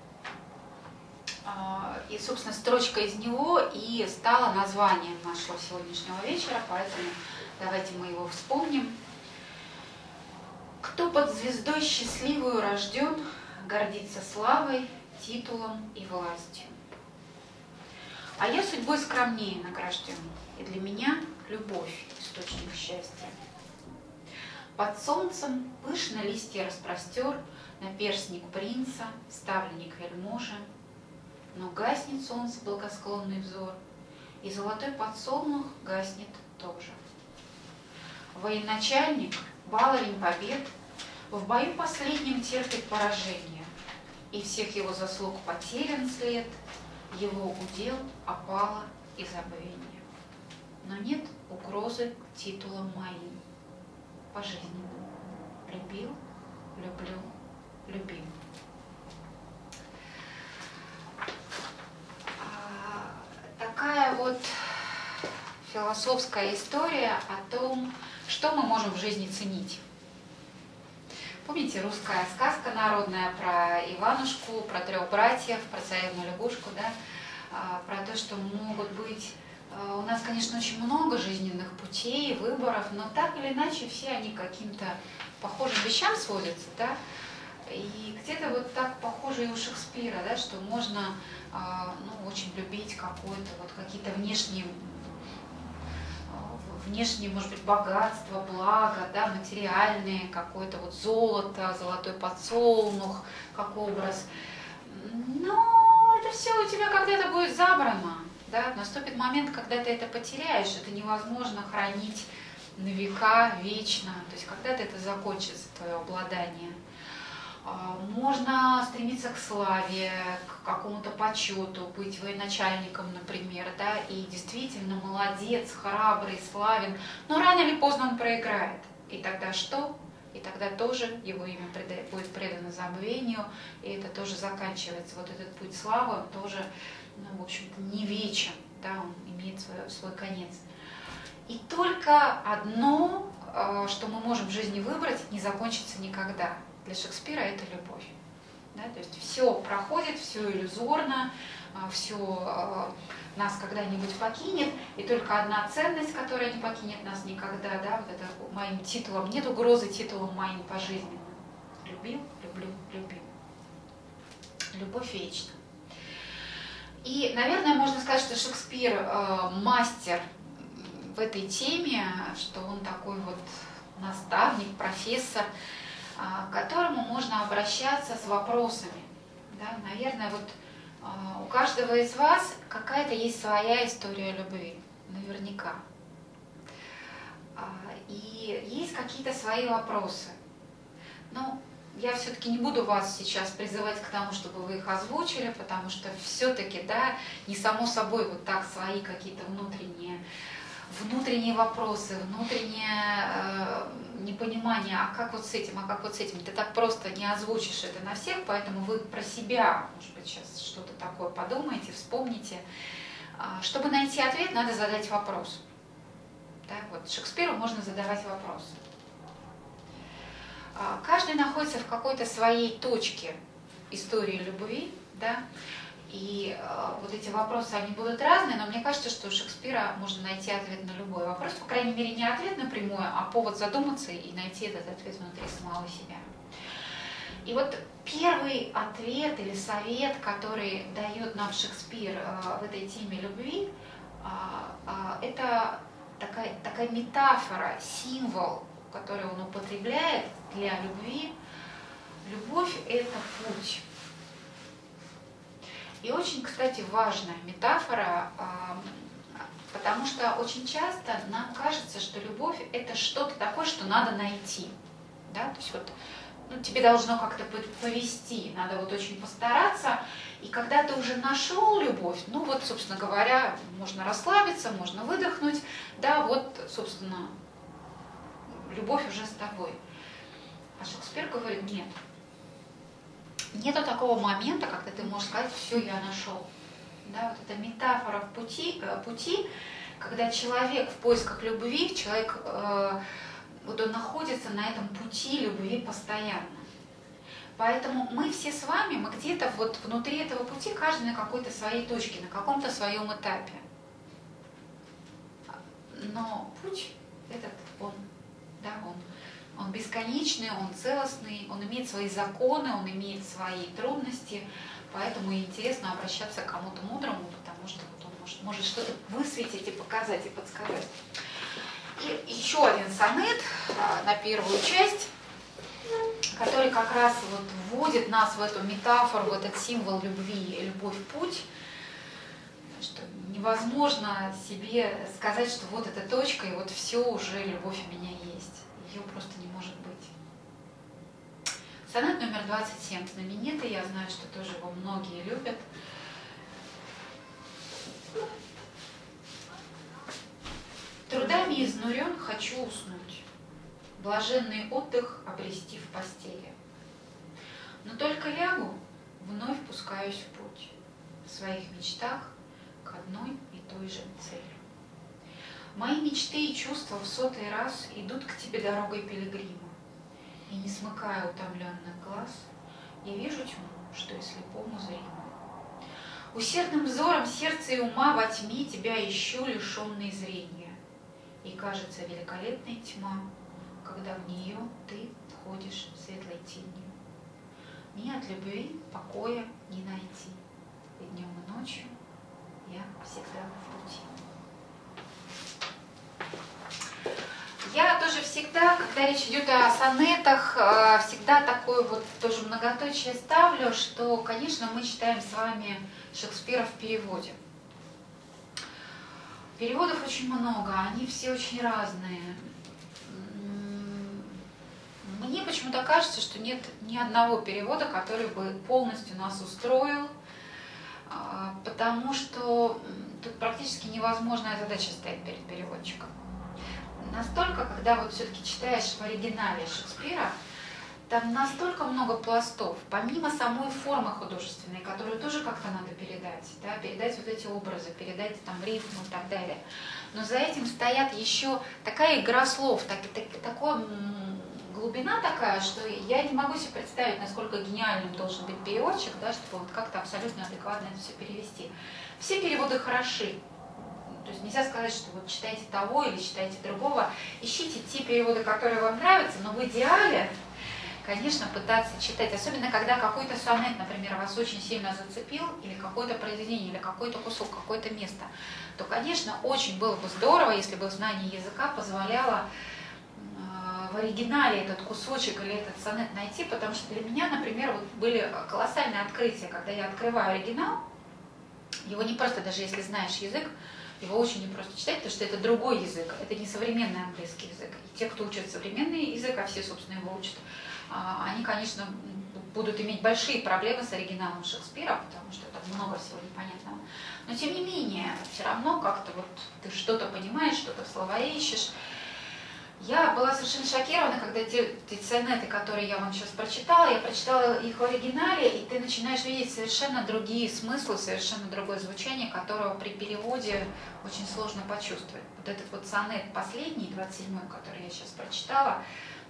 И, собственно, строчка из него и стала названием нашего сегодняшнего вечера, поэтому давайте мы его вспомним. Кто под звездой счастливую рожден, гордится славой, титулом и властью. А я судьбой скромнее награжден, и для меня любовь – источник счастья. Под солнцем пышно листья распростер наперстник принца, ставленник вельможи. Но гаснет солнце благосклонный взор, и золотой подсолнух гаснет тоже. Военачальник, баловень побед, в бою последнем терпит поражение, и всех его заслуг потерян след, его удел опало и забвение. Но нет угрозы титулам моим. Пожизненно любил, люблю, любим. Такая вот философская история о том, что мы можем в жизни ценить. Помните русская сказка народная про Иванушку, про 3 братьев, про царевну лягушку, да? Про то, что могут быть... У нас, конечно, очень много жизненных путей, выборов, но так или иначе все они к каким-то похожим вещам сводятся, да? И где-то вот так похоже и у Шекспира, да, что можно очень любить какое-то вот какие-то внешние, может быть, богатство, благо, да, материальные, какое-то вот золото, золотой подсолнух, как образ. Но это все у тебя когда-то будет забрано, да, наступит момент, когда ты это потеряешь, это невозможно хранить на века, вечно, то есть когда-то это закончится, твое обладание. Можно стремиться к славе, к какому-то почету, быть военачальником, например, да, и действительно молодец, храбрый, славен, но рано или поздно он проиграет. И тогда что? И тогда тоже его имя будет предано забвению, и это тоже заканчивается. Вот этот путь славы, он тоже, ну, в общем-то, не вечен, да, он имеет свой конец. И только одно, что мы можем в жизни выбрать, не закончится никогда. Для Шекспира это любовь. Да? То есть все проходит, все иллюзорно, все нас когда-нибудь покинет, и только одна ценность, которая не покинет нас никогда, да, вот это моим титулом, нет угрозы титулом моим пожизненно. Любил, люблю, любим. Любовь вечна. И, наверное, можно сказать, что Шекспир мастер в этой теме, что он такой вот наставник, профессор, к которому можно обращаться с вопросами. Да? Наверное, вот у каждого из вас какая-то есть своя история любви, наверняка. И есть какие-то свои вопросы. Но я все-таки не буду вас сейчас призывать к тому, чтобы вы их озвучили, потому что все-таки, да, не само собой вот так свои какие-то внутренние вопросы, внутреннее непонимание, а как вот с этим, а как вот с этим. Ты так просто не озвучишь это на всех, поэтому вы про себя, может быть, сейчас что-то такое подумаете, вспомните. Чтобы найти ответ, надо задать вопрос. Да, вот Шекспиру можно задавать вопросы. Каждый находится в какой-то своей точке истории любви, да, и вот эти вопросы, они будут разные, но мне кажется, что у Шекспира можно найти ответ на любой вопрос, по крайней мере, не ответ напрямую, а повод задуматься и найти этот ответ внутри самого себя. И вот первый ответ или совет, который дает нам Шекспир в этой теме любви, это такая метафора, символ, который он употребляет для любви. Любовь – это путь. И очень, кстати, важная метафора, потому что очень часто нам кажется, что любовь – это что-то такое, что надо найти. Да? То есть вот, тебе должно как-то повести, надо вот очень постараться. И когда ты уже нашел любовь, ну вот, собственно говоря, можно расслабиться, можно выдохнуть. Да, вот, собственно, любовь уже с тобой. А Шекспир говорит, нет. Нету такого момента, когда ты можешь сказать, все, я нашел. Да, вот эта метафора пути, когда человек в поисках любви, человек, вот он находится на этом пути любви постоянно. Поэтому мы все с вами, мы где-то вот внутри этого пути, каждый на какой-то своей точке, на каком-то своем этапе. Но путь этот, он бесконечный, он целостный, он имеет свои законы, он имеет свои трудности, поэтому интересно обращаться к кому-то мудрому, потому что вот он может что-то высветить и показать, и подсказать. И еще один сонет на первую часть, который как раз вот вводит нас в эту метафору, в этот символ любви, любовь-путь, что невозможно себе сказать, что вот эта точка, и вот все, уже любовь у меня есть. Ее просто не может быть. Сонет номер 27 знаменитый, я знаю, что тоже его многие любят. Трудами изнурен, хочу уснуть, блаженный отдых обрести в постели. Но только лягу, вновь пускаюсь в путь, в своих мечтах к одной и той же цели. Мои мечты и чувства в 100-й раз идут к тебе дорогой пилигрима, и, не смыкая утомленных глаз, я вижу тьму, что и слепому зримо. Усердным взором сердца и ума во тьме тебя ищу, лишенный зрения, и кажется великолепной тьма, когда в нее ты входишь светлой тенью. Мне от любви покоя не найти, и днем и ночью я всегда в пути. Я тоже всегда, когда речь идет о сонетах, всегда такое вот тоже многоточие ставлю, что, конечно, мы читаем с вами Шекспира в переводе. Переводов очень много, они все очень разные. мне почему-то кажется, что нет ни одного перевода, который бы полностью нас устроил, потому что тут практически невозможная задача стоит перед переводчиком. Настолько, когда вот все-таки читаешь в оригинале Шекспира, там настолько много пластов, помимо самой формы художественной, которую тоже как-то надо передать, да, передать вот эти образы, передать там рифму и так далее. Но за этим стоят еще такая игра слов, такая глубина такая, что я не могу себе представить, насколько гениальным должен быть переводчик, да, чтобы вот как-то абсолютно адекватно это все перевести. Все переводы хороши. То есть нельзя сказать, что вот читайте того или читайте другого. Ищите те переводы, которые вам нравятся, но в идеале, конечно, пытаться читать, особенно когда какой-то сонет, например, вас очень сильно зацепил, или какое-то произведение, или какой-то кусок, какое-то место, то, конечно, очень было бы здорово, если бы знание языка позволяло в оригинале этот кусочек или этот сонет найти, потому что для меня, например, вот были колоссальные открытия, когда я открываю оригинал, его не просто, даже если знаешь язык, его очень непросто читать, потому что это другой язык, это не современный английский язык. И те, кто учат современный язык, а все, собственно, его учат, они, конечно, будут иметь большие проблемы с оригиналом Шекспира, потому что там много всего непонятного. Но, тем не менее, все равно как-то вот ты что-то понимаешь, что-то в словаре ищешь. Я была совершенно шокирована, когда те сонеты, которые я вам сейчас прочитала, я прочитала их в оригинале, и ты начинаешь видеть совершенно другие смыслы, совершенно другое звучание, которого при переводе очень сложно почувствовать. Вот этот вот сонет последний, 27-й, который я сейчас прочитала,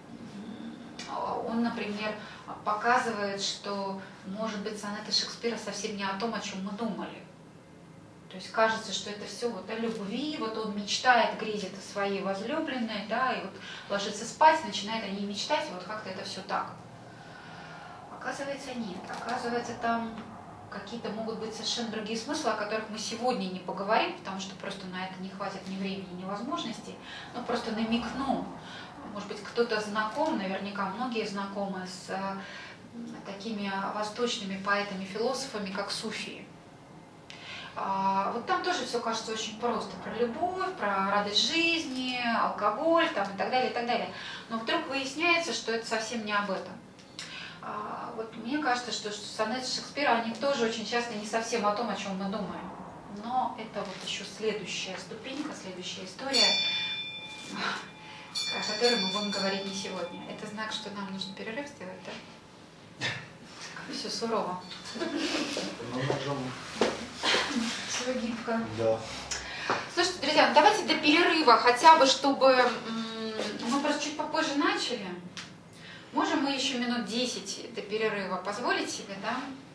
он, например, показывает, что, может быть, сонеты Шекспира совсем не о том, о чем мы думали. То есть кажется, что это все вот о любви, вот он мечтает, грезит о своей возлюбленной, да, и вот ложится спать, начинает о ней мечтать, и вот как-то это все так. Оказывается, нет. Оказывается, там какие-то могут быть совершенно другие смыслы, о которых мы сегодня не поговорим, потому что просто на это не хватит ни времени, ни возможностей, но просто намекну. Может быть, кто-то знаком, наверняка многие знакомы с такими восточными поэтами-философами, как суфии. Вот там тоже все кажется очень просто. Про любовь, про радость жизни, алкоголь там, и так далее, и так далее. Но вдруг выясняется, что это совсем не об этом. Вот мне кажется, что сонеты Шекспира, они тоже очень часто не совсем о том, о чем мы думаем. Но это вот еще следующая ступенька, следующая история, о которой мы будем говорить не сегодня. Это знак, что нам нужно перерыв сделать, да? Как все сурово. Ну, можем... Все гибко. Да. Слушайте, друзья, ну давайте до перерыва, хотя бы, чтобы... Мы просто чуть попозже начали. Можем мы еще минут 10 до перерыва позволить себе, да?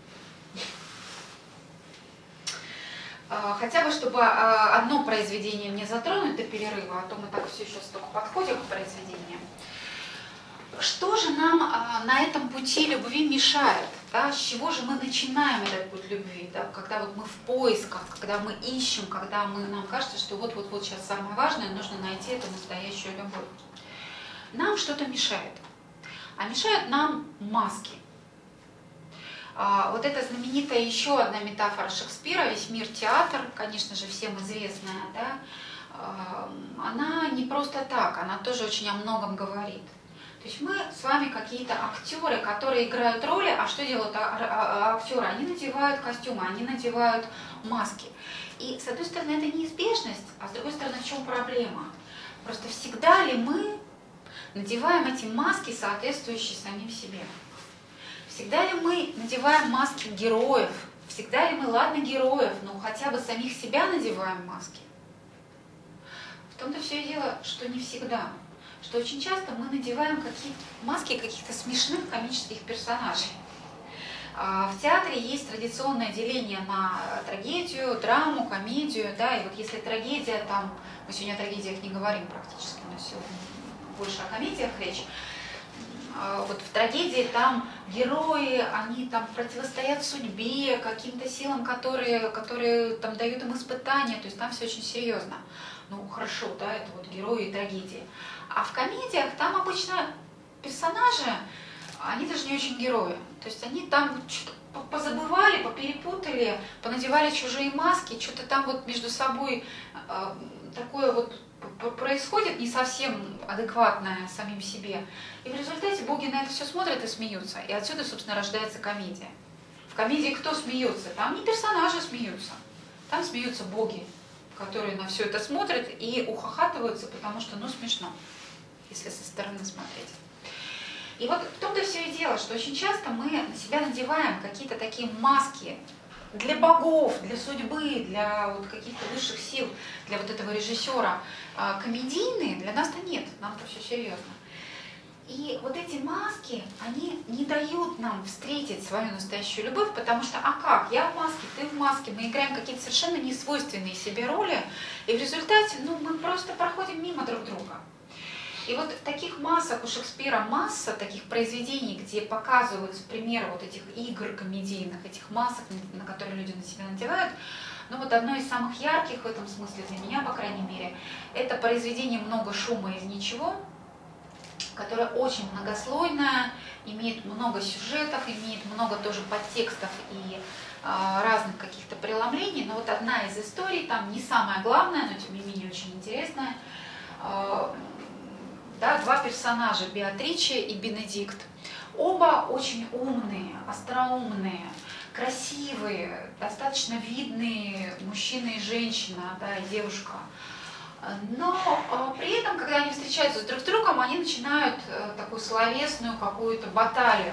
Хотя бы, чтобы одно произведение не затронуть до перерыва, а то мы так все сейчас только подходим к произведениям. Что же нам на этом пути любви мешает? Да? С чего же мы начинаем этот путь любви? Да? Когда вот мы в поисках, когда мы ищем, когда нам кажется, что вот-вот сейчас самое важное, нужно найти эту настоящую любовь. Нам что-то мешает. А мешают нам маски. Вот это знаменитая еще одна метафора Шекспира, весь мир театр, конечно же, всем известная, да? Она не просто так, она тоже очень о многом говорит. То есть мы с вами какие-то актеры, которые играют роли, а что делают актеры? Они надевают костюмы, они надевают маски. И с одной стороны это неизбежность, а с другой стороны в чем проблема? Просто всегда ли мы надеваем эти маски, соответствующие самим себе? Всегда ли мы надеваем маски героев? Всегда ли мы, ладно, героев, но хотя бы самих себя надеваем маски? В том-то все и дело, что не всегда. Что очень часто мы надеваем маски каких-то смешных комических персонажей. В театре есть традиционное деление на трагедию, драму, комедию, да, и вот если трагедия, там, мы сегодня о трагедиях не говорим практически, у нас сегодня больше о комедиях речь. Вот в трагедии там герои, они там противостоят судьбе, каким-то силам, которые там дают им испытания, то есть там все очень серьезно. Ну хорошо, да, это вот герои и трагедии. А в комедиях там обычно персонажи, они даже не очень герои. То есть они там что-то позабывали, поперепутали, понадевали чужие маски, что-то там вот между собой такое вот происходит не совсем адекватное самим себе. И в результате боги на это все смотрят и смеются. И отсюда, собственно, рождается комедия. В комедии кто смеется? Там не персонажи смеются, там смеются боги, которые на все это смотрят и ухахатываются, потому что, ну, смешно, если со стороны смотреть. И вот в том-то все и дело, что очень часто мы на себя надеваем какие-то такие маски для богов, для судьбы, для вот каких-то высших сил, для вот этого режиссера. Комедийные для нас-то нет, нам-то все серьезно. И вот эти маски, они не дают нам встретить свою настоящую любовь, потому что, а как, я в маске, ты в маске, мы играем какие-то совершенно несвойственные себе роли, и в результате, ну, мы просто проходим мимо друг друга. И вот таких масок у Шекспира масса, таких произведений, где показываются примеры вот этих игр комедийных, этих масок, на которые люди на себя надевают. Но вот одно из самых ярких в этом смысле для меня, по крайней мере, это произведение «Много шума из ничего», которое очень многослойное, имеет много сюжетов, имеет много тоже подтекстов и разных каких-то преломлений. Но вот одна из историй, там не самая главная, но тем не менее очень интересная. Да, два персонажа, Беатриче и Бенедикт. Оба очень умные, остроумные, красивые, достаточно видные мужчина и женщина, да, и девушка. Но при этом, когда они встречаются друг с другом, они начинают такую словесную какую-то баталию.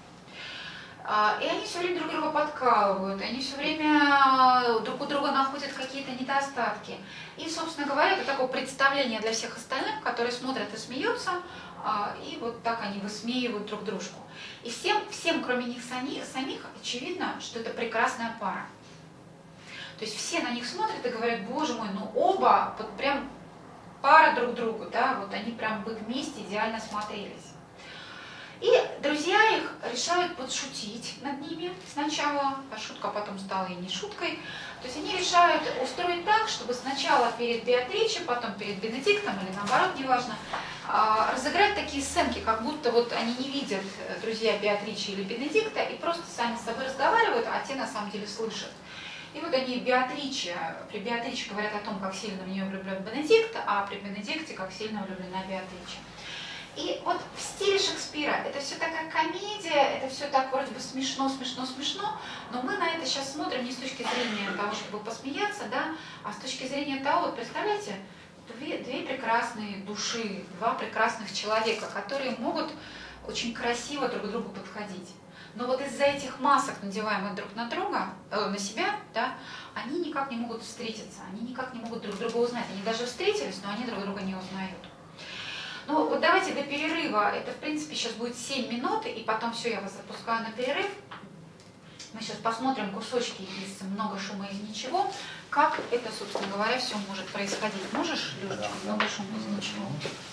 И они все время друг друга подкалывают, они все время друг у друга находят какие-то недостатки. И, собственно говоря, это такое представление для всех остальных, которые смотрят и смеются, и вот так они высмеивают друг дружку. И всем кроме них самих, очевидно, что это прекрасная пара. То есть все на них смотрят и говорят: боже мой, ну оба вот прям пара друг другу, да, вот они прям бы вместе идеально смотрелись. И друзья их решают подшутить над ними сначала, а шутка потом стала и не шуткой. То есть они решают устроить так, чтобы сначала перед Беатриче, потом перед Бенедиктом, или наоборот, неважно, разыграть такие сценки, как будто вот они не видят, друзья Беатриче или Бенедикта, и просто сами с собой разговаривают, а те на самом деле слышат. И вот они при Беатриче говорят о том, как сильно в нее влюблен Бенедикт, а при Бенедикте, как сильно влюблена Беатриче. И вот в стиле Шекспира это все такая комедия, это все так вроде бы смешно, но мы на это сейчас смотрим не с точки зрения того, чтобы посмеяться, да, а с точки зрения того, вот представляете, две прекрасные души, два прекрасных человека, которые могут очень красиво друг к другу подходить. Но вот из-за этих масок, надеваемых друг на друга, на себя, да, они никак не могут встретиться, они никак не могут друг друга узнать. Они даже встретились, но они друг друга не узнают. Ну вот давайте до перерыва, это в принципе сейчас будет 7 минут, и потом все, я вас запускаю на перерыв. Мы сейчас посмотрим кусочки из «Много шума из ничего», как это, собственно говоря, все может происходить. Можешь, Лёшечка, «Много шума из ничего»?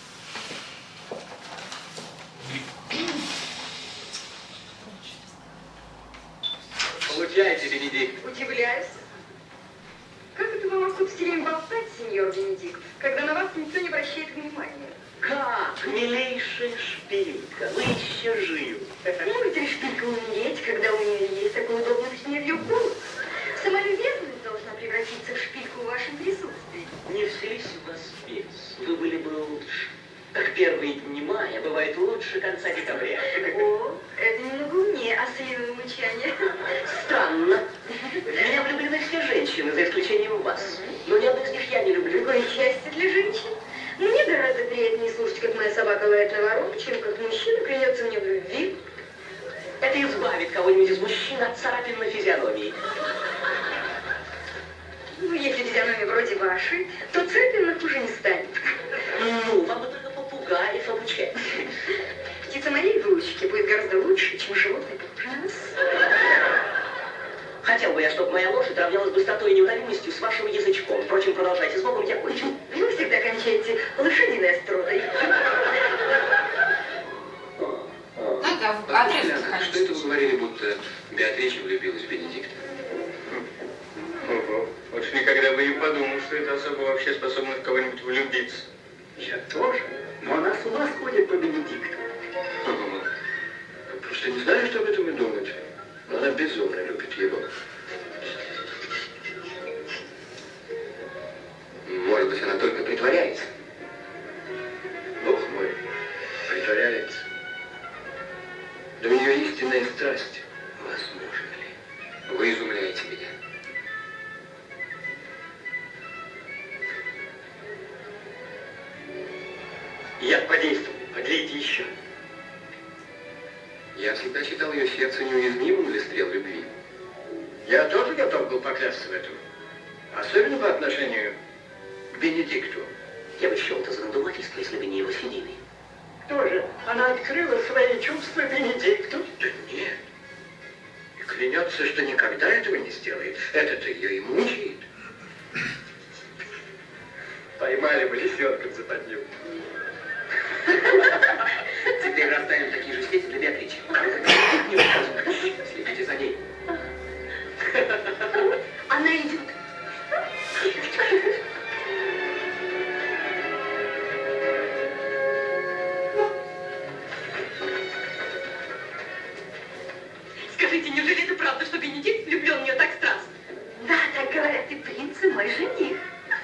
Получаете, Бенедикт? Удивляюсь. Как это вы могли все время болтать, сеньор Бенедикт, когда на вас никто не обращает внимания? Как, милейшая шпилька, вы еще живы. Может ли шпилька умереть, когда у нее есть такой удобный змею голос? Сама любезность должна превратиться в шпильку в вашем присутствии. Не вселись в вас бес, вы были бы лучше. Как первые дни мая бывает лучше конца декабря. О, это немного умнее ослиное мычание. Странно. В меня влюблены все женщины, за исключением вас. Но ни одну из них я не люблю. Какое счастье для женщин. Мне гораздо приятнее слушать, как моя собака лает на ворон, чем как мужчина клянется мне в любви. Это избавит кого-нибудь из мужчин от царапин на физиономии. Ну, если физиономия вроде вашей, то царапинных уже не станет. Ну, вам бы только попугаев обучать. Птица моей выучки будет гораздо лучше, чем животное, похожее на вас. Хотел бы я, чтобы моя лошадь равнялась быстротой и неутомимостью с вашим язычком. Впрочем, продолжайте. С Богом, я кончил. Вы всегда кончаете лошадиной остротой. Ну, это в отрывке, Что конечно. это вы говорили, будто Беатриче влюбилась в Бенедикта? Ого. Вот ж никогда бы не подумал, что это особо вообще способна в кого-нибудь влюбиться. Я тоже. Но она с ума сходит по Бенедикту. Просто не знаю, что об этом и думать. Но она безумно любит его. Может быть, она только притворяется. Возможно ли? Вы изумляете меня. Я подействовал. Подлейте еще. Я всегда считал ее сердце неуязвимым для стрел любви. Я тоже готов был поклясться в этом. Особенно по отношению к Бенедикту. Я бы счел это за надувательство, если бы не его седины. Тоже. Она открыла свои чувства Бенедикту? Да нет. И клянется, что никогда этого не сделает. Это-то ее и мучает. Поймали бы лисенка в западню. Теперь расставим такие же сети для Беатричи. Следите за ней. Она идет. Скажите, неужели это правда, что Бенедикт влюблен в нее так страстно? Да, так говорят, и принц, и мой жених.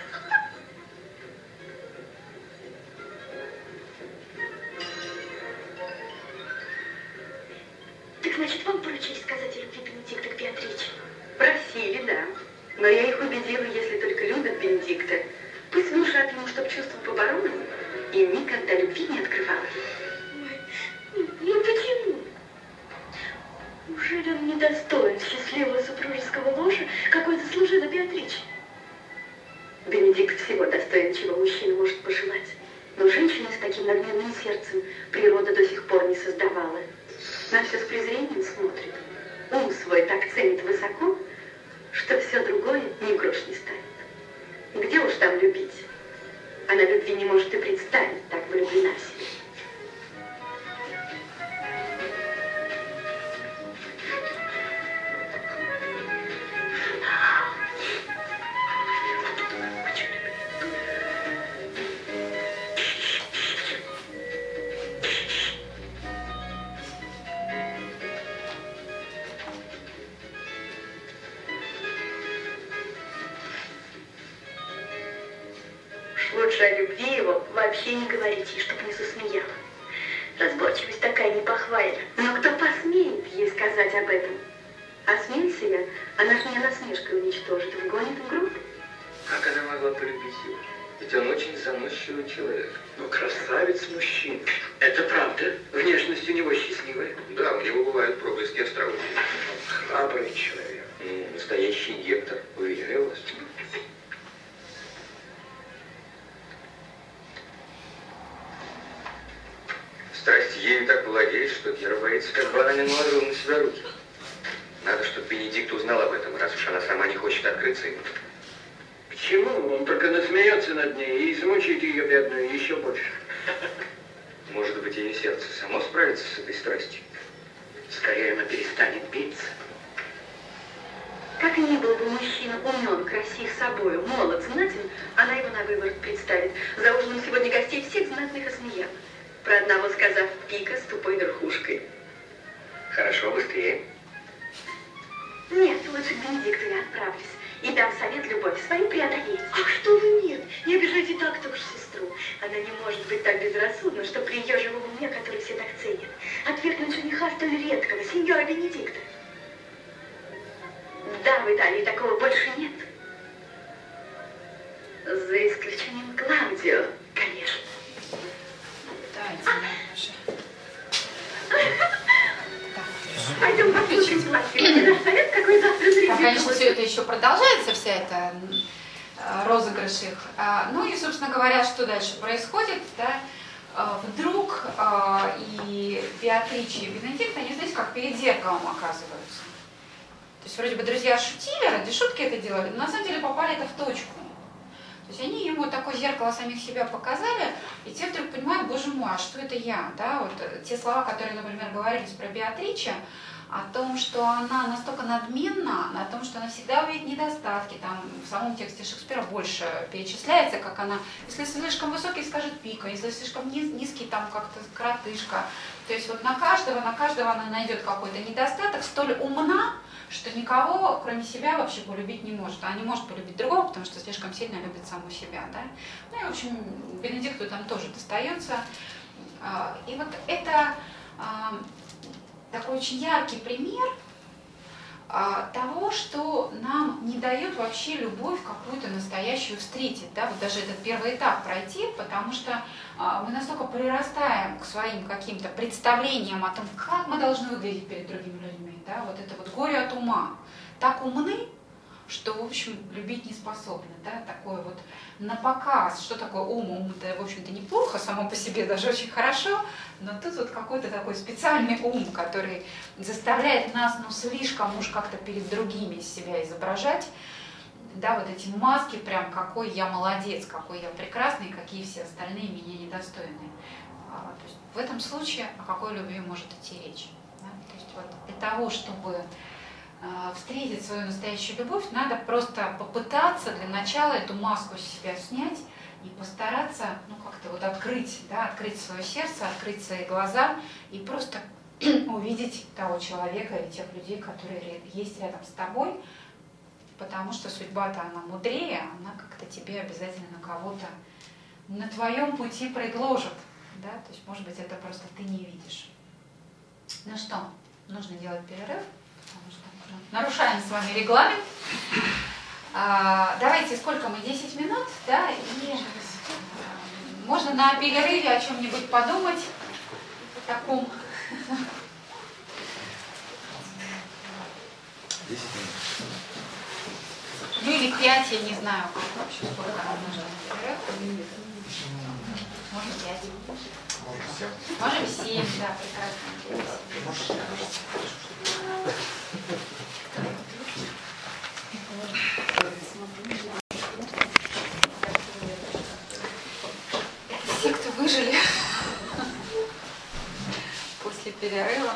Так значит, вам поручили сказать о любви Бенедикта к Беатриче? Просили, да. Но я их убедила, если только любят Бенедикта, пусть внушат ему, чтоб чувства побороли, и никогда любви не открывала. Ну почему? Неужели он недостоин счастливого супружеского ложа, какой заслужила Беатриче? Бенедикт всего достоин, чего мужчина может пожелать. Но женщины с таким надменным сердцем природа до сих пор не создавала. На все с презрением смотрит. Ум свой так ценит высоко, что все другое ни в грош не ставит. Где уж там любить? Она любви не может и представить, так влюблена в себя. Лучше о любви его вообще не говорите, чтоб не засмеяла. Разборчивость такая не похвальна. Но кто посмеет ей сказать об этом? Осмелься я, она ж меня насмешкой уничтожит, вгонит в гроб. Как она могла полюбить его? Ведь он очень заносчивый человек. Ну, красавец мужчина. Это правда. Внешность у него счастливая. Да, у него бывают проблески остроумия. Храбрый человек. Настоящий Гектор, уверяю вас. Страсть ею так владеет, что Гера боится, как бы она не наложила на себя руки. Надо, чтобы Бенедикт узнал об этом, раз уж она сама не хочет открыться ему. Почему? Он только насмеется над ней и измучает ее бедную еще больше. Может быть, ее сердце само справится с этой страстью. Скорее она перестанет биться. Как ни был бы мужчина умен, красив собою, молод, знатен, она его на выворот представит. За ужином сегодня гостей всех знатных осмеяла. Про одного сказав пика с тупой верхушкой. Хорошо, быстрее. Нет, лучше к Бенедикту я отправлюсь. И дам совет любовь свою преодолеть. Ах, что вы, нет, не обижайте так-то уж сестру. Она не может быть так безрассудна, что при ее живом уме, который все так ценят, отвергнуть жениха столь редкого, сеньора Бенедикта. Да, в Италии такого больше нет. За исключением Клаудио, конечно. Пойдем послушать наш совет, какой завтра зритель. Конечно, все это еще продолжается, вся эта розыгрыш их. Ну и, собственно говоря, что дальше происходит, да? Вдруг и Беатриче, и Бенедикт, они, знаете, как перед зеркалом оказываются. То есть вроде бы друзья шутили, ради шутки это делали, но на самом деле попали это в точку. То есть они ему такое зеркало самих себя показали, и те вдруг понимают, боже мой, а что это я? Да? Вот те слова, которые, например, говорились про Беатриче, о том, что она настолько надменна, о том, что она всегда увидит недостатки, там в самом тексте Шекспира больше перечисляется, как она, если слишком высокий, скажет пика, если слишком низкий, там как-то коротышка. То есть вот на каждого она найдет какой-то недостаток, столь умна, что никого, кроме себя, вообще полюбить не может. Она не может полюбить другого, потому что слишком сильно любит саму себя. Да? Ну и, в общем, Бенедикту там тоже достается. И вот это такой очень яркий пример того, что нам не дает вообще любовь какую-то настоящую встретить, да, вот даже этот первый этап пройти, потому что мы настолько прирастаем к своим каким-то представлениям о том, как мы должны выглядеть перед другими людьми, да, вот это вот горе от ума, так умны, что, в общем, любить не способны, да, такое вот напоказ. Что такое ум? Ум-то, в общем-то, неплохо само по себе, даже очень хорошо, но тут вот какой-то такой специальный ум, который заставляет нас, ну, слишком уж как-то перед другими себя изображать, да, вот эти маски, прям какой я молодец, какой я прекрасный, какие все остальные меня недостойны. То есть в этом случае о какой любви может идти речь? Да? То есть вот для того, чтобы встретить свою настоящую любовь, надо просто попытаться для начала эту маску с себя снять и постараться, ну, как-то вот открыть, да, открыть свое сердце, открыть свои глаза и просто увидеть того человека или тех людей, которые есть рядом с тобой, потому что судьба-то она мудрее, она как-то тебе обязательно на кого-то на твоем пути предложит, да, то есть, может быть, это просто ты не видишь. Ну что, нужно делать перерыв, потому что нарушаем с вами регламент. Давайте, сколько мы, 10 минут, да, и можно на перерыве о чем-нибудь подумать, таком. 10 минут. Ну или 5, я не знаю, как вообще, сколько нам нужно на перерыв. Может 5. Можем 7, да, прекрасно. Все, кто выжили после перерыва.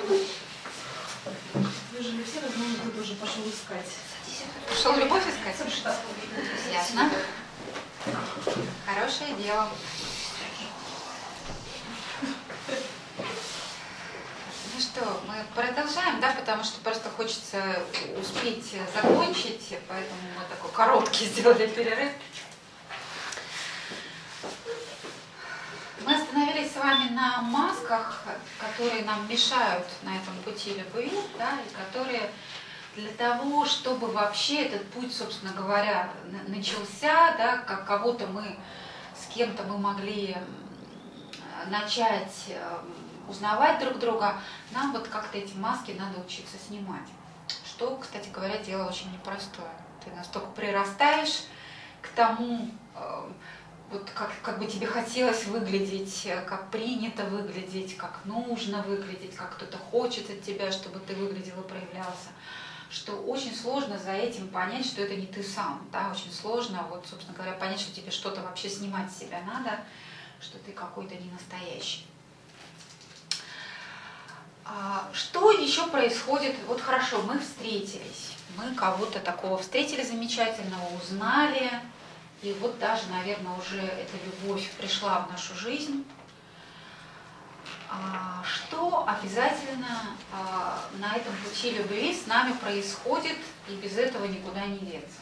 Выжили все, но кто-то уже пошел искать. Пошел любовь искать? Ясно. Хорошее дело. Ну что, мы продолжаем, да, потому что просто хочется успеть закончить, поэтому мы такой короткий сделали перерыв. Мы остановились с вами на масках, которые нам мешают на этом пути любви, да, и которые для того, чтобы вообще этот путь, собственно говоря, начался, да, как кого-то мы, с кем-то мы могли начать узнавать друг друга, нам вот как-то эти маски надо учиться снимать. Что, кстати говоря, дело очень непростое. Ты настолько прирастаешь к тому, вот как бы тебе хотелось выглядеть, как принято выглядеть, как нужно выглядеть, как кто-то хочет от тебя, чтобы ты выглядел и проявлялся, что очень сложно за этим понять, что это не ты сам. Да? Очень сложно, вот, собственно говоря, понять, что тебе что-то вообще снимать с себя надо, что ты какой-то не настоящий. Что еще происходит? Вот хорошо, мы встретились, мы кого-то такого встретили замечательного, узнали, и вот даже, наверное, уже эта любовь пришла в нашу жизнь. Что обязательно на этом пути любви с нами происходит, и без этого никуда не деться?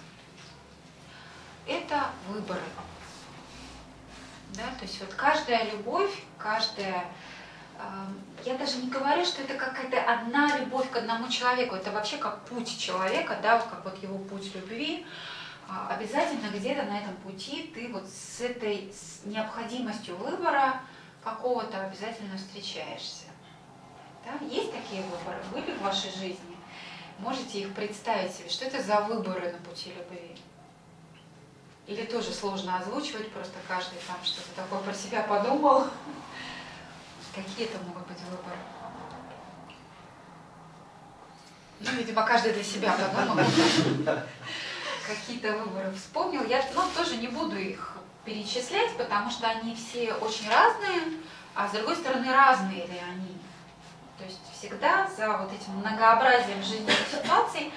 Это выборы. Да? То есть вот каждая любовь, каждая... Я даже не говорю, что это какая-то одна любовь к одному человеку, это вообще как путь человека, да, как вот его путь любви. Обязательно где-то на этом пути ты вот с этой необходимостью выбора какого-то обязательно встречаешься. Да? Есть такие выборы? Были в вашей жизни? Можете их представить себе? Что это за выборы на пути любви? Или тоже сложно озвучивать, просто каждый там что-то такое про себя подумал? Какие это могут быть выборы? Ну, видимо, каждый для себя подумал. Какие-то выборы вспомнил. Я тоже не буду их перечислять, потому что они все очень разные, а с другой стороны, разные ли они. То есть всегда за вот этим многообразием жизненных ситуаций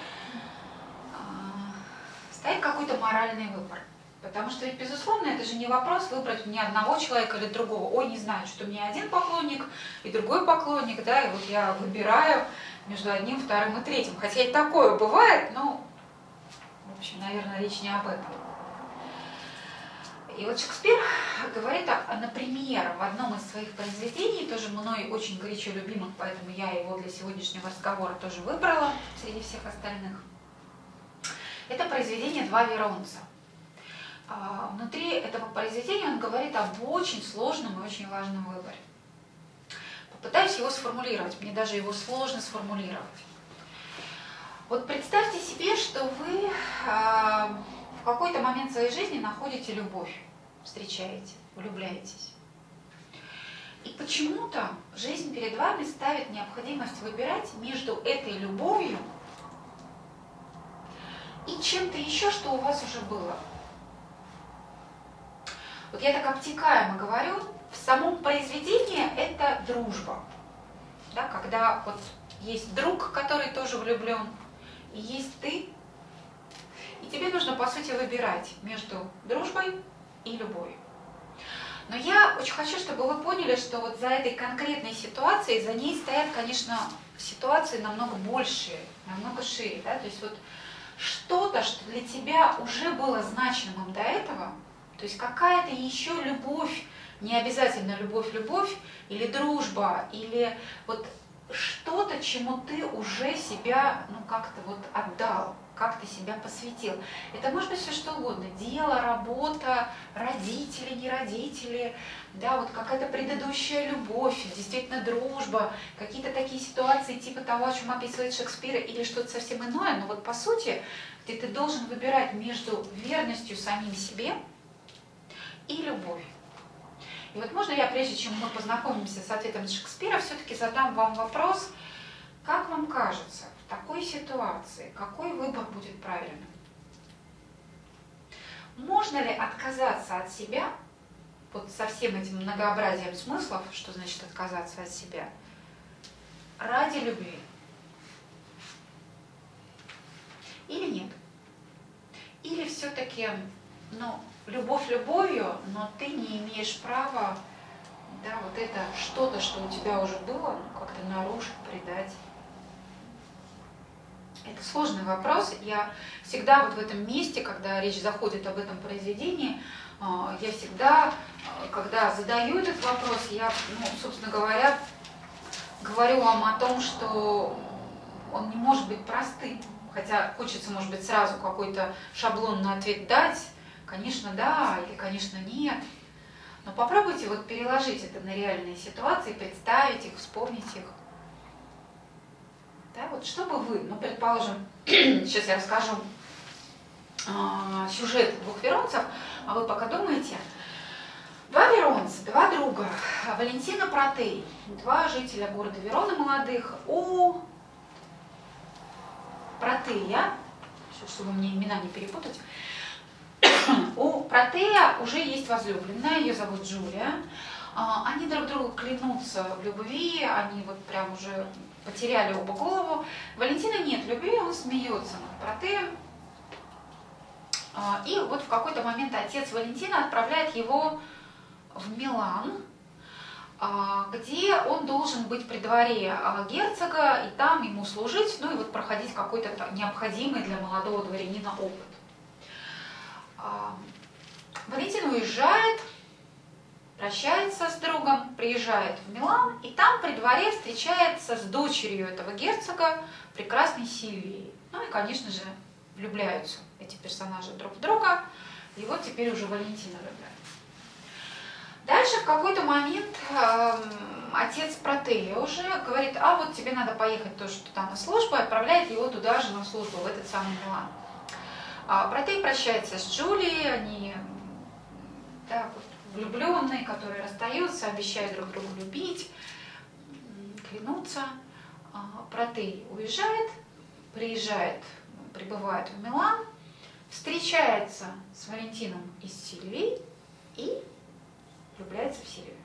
стоит какой-то моральный выбор. Потому что ведь, безусловно, это же не вопрос выбрать мне одного человека или другого. Ой, не знаю, что у меня один поклонник и другой поклонник, да, и вот я выбираю между одним, вторым и третьим. Хотя и такое бывает, но, в общем, наверное, речь не об этом. И вот Шекспир говорит, например, в одном из своих произведений, тоже мной очень горячо любимых, поэтому я его для сегодняшнего разговора тоже выбрала среди всех остальных. Это произведение «Два Веронца». Внутри этого произведения он говорит об очень сложном и очень важном выборе. Попытаюсь его сформулировать, мне даже его сложно сформулировать. Вот представьте себе, что вы в какой-то момент своей жизни находите любовь, встречаете, влюбляетесь. И почему-то жизнь перед вами ставит необходимость выбирать между этой любовью и чем-то еще, что у вас уже было. Вот я так обтекаемо говорю, в самом произведении это дружба. Да, когда вот есть друг, который тоже влюблен, и есть ты, и тебе нужно, по сути, выбирать между дружбой и любовью. Но я очень хочу, чтобы вы поняли, что вот за этой конкретной ситуацией, за ней стоят, конечно, ситуации намного большие, намного шире. Да? То есть вот что-то, что для тебя уже было значимым до этого, то есть какая-то еще любовь, не обязательно любовь, или дружба, или вот что-то, чему ты уже себя, как-то вот отдал, как ты себя посвятил. Это может быть все что угодно. Дело, работа, родители, не родители, да, вот какая-то предыдущая любовь, действительно дружба, какие-то такие ситуации типа того, о чем описывает Шекспир, или что-то совсем иное. Но вот по сути, где ты должен выбирать между верностью самим себе и любовью. И вот можно я, прежде чем мы познакомимся с ответом Шекспира, все-таки задам вам вопрос, как вам кажется, в такой ситуации какой выбор будет правильным? Можно ли отказаться от себя, вот со всем этим многообразием смыслов, что значит отказаться от себя, ради любви? Или нет? Или все-таки, любовь любовью, но ты не имеешь права, да, вот это что-то, что у тебя уже было, как-то нарушить, предать. Это сложный вопрос. Я всегда вот в этом месте, когда речь заходит об этом произведении, я всегда, когда задаю этот вопрос, я, собственно говоря, говорю вам о том, что он не может быть простым. Хотя хочется, может быть, сразу какой-то шаблонный ответ дать. Конечно, да, или, конечно, нет. Но попробуйте вот переложить это на реальные ситуации, представить их, вспомнить их. Да, вот что бы вы, предположим, сейчас я расскажу сюжет двух веронцев, а вы пока думаете. Два веронца, два друга, Валентин и Протей, два жителя города Верона молодых. У Протея, чтобы мне имена не перепутать, у Протея уже есть возлюбленная, ее зовут Джулия. Они друг другу клянутся в любви, они вот прям уже потеряли оба голову. Валентина нет любви, он смеется над Протеем. И вот в какой-то момент отец Валентина отправляет его в Милан, где он должен быть при дворе герцога, и там ему служить, и вот проходить какой-то необходимый для молодого дворянина опыт. Валентин уезжает, прощается с другом, приезжает в Милан, и там при дворе встречается с дочерью этого герцога, прекрасной Сильвией. И, конечно же, влюбляются эти персонажи друг в друга, и вот теперь уже Валентина влюбляет. Дальше в какой-то момент отец Протея уже говорит, вот тебе надо поехать тоже туда на службу, и отправляет его туда же на службу, в этот самый Милан. Протей прощается с Джулией, они влюбленные, которые расстаются, обещают друг друга любить, клянутся. Протей уезжает, прибывает в Милан, встречается с Валентином и с Сильвией и влюбляется в Сильвию.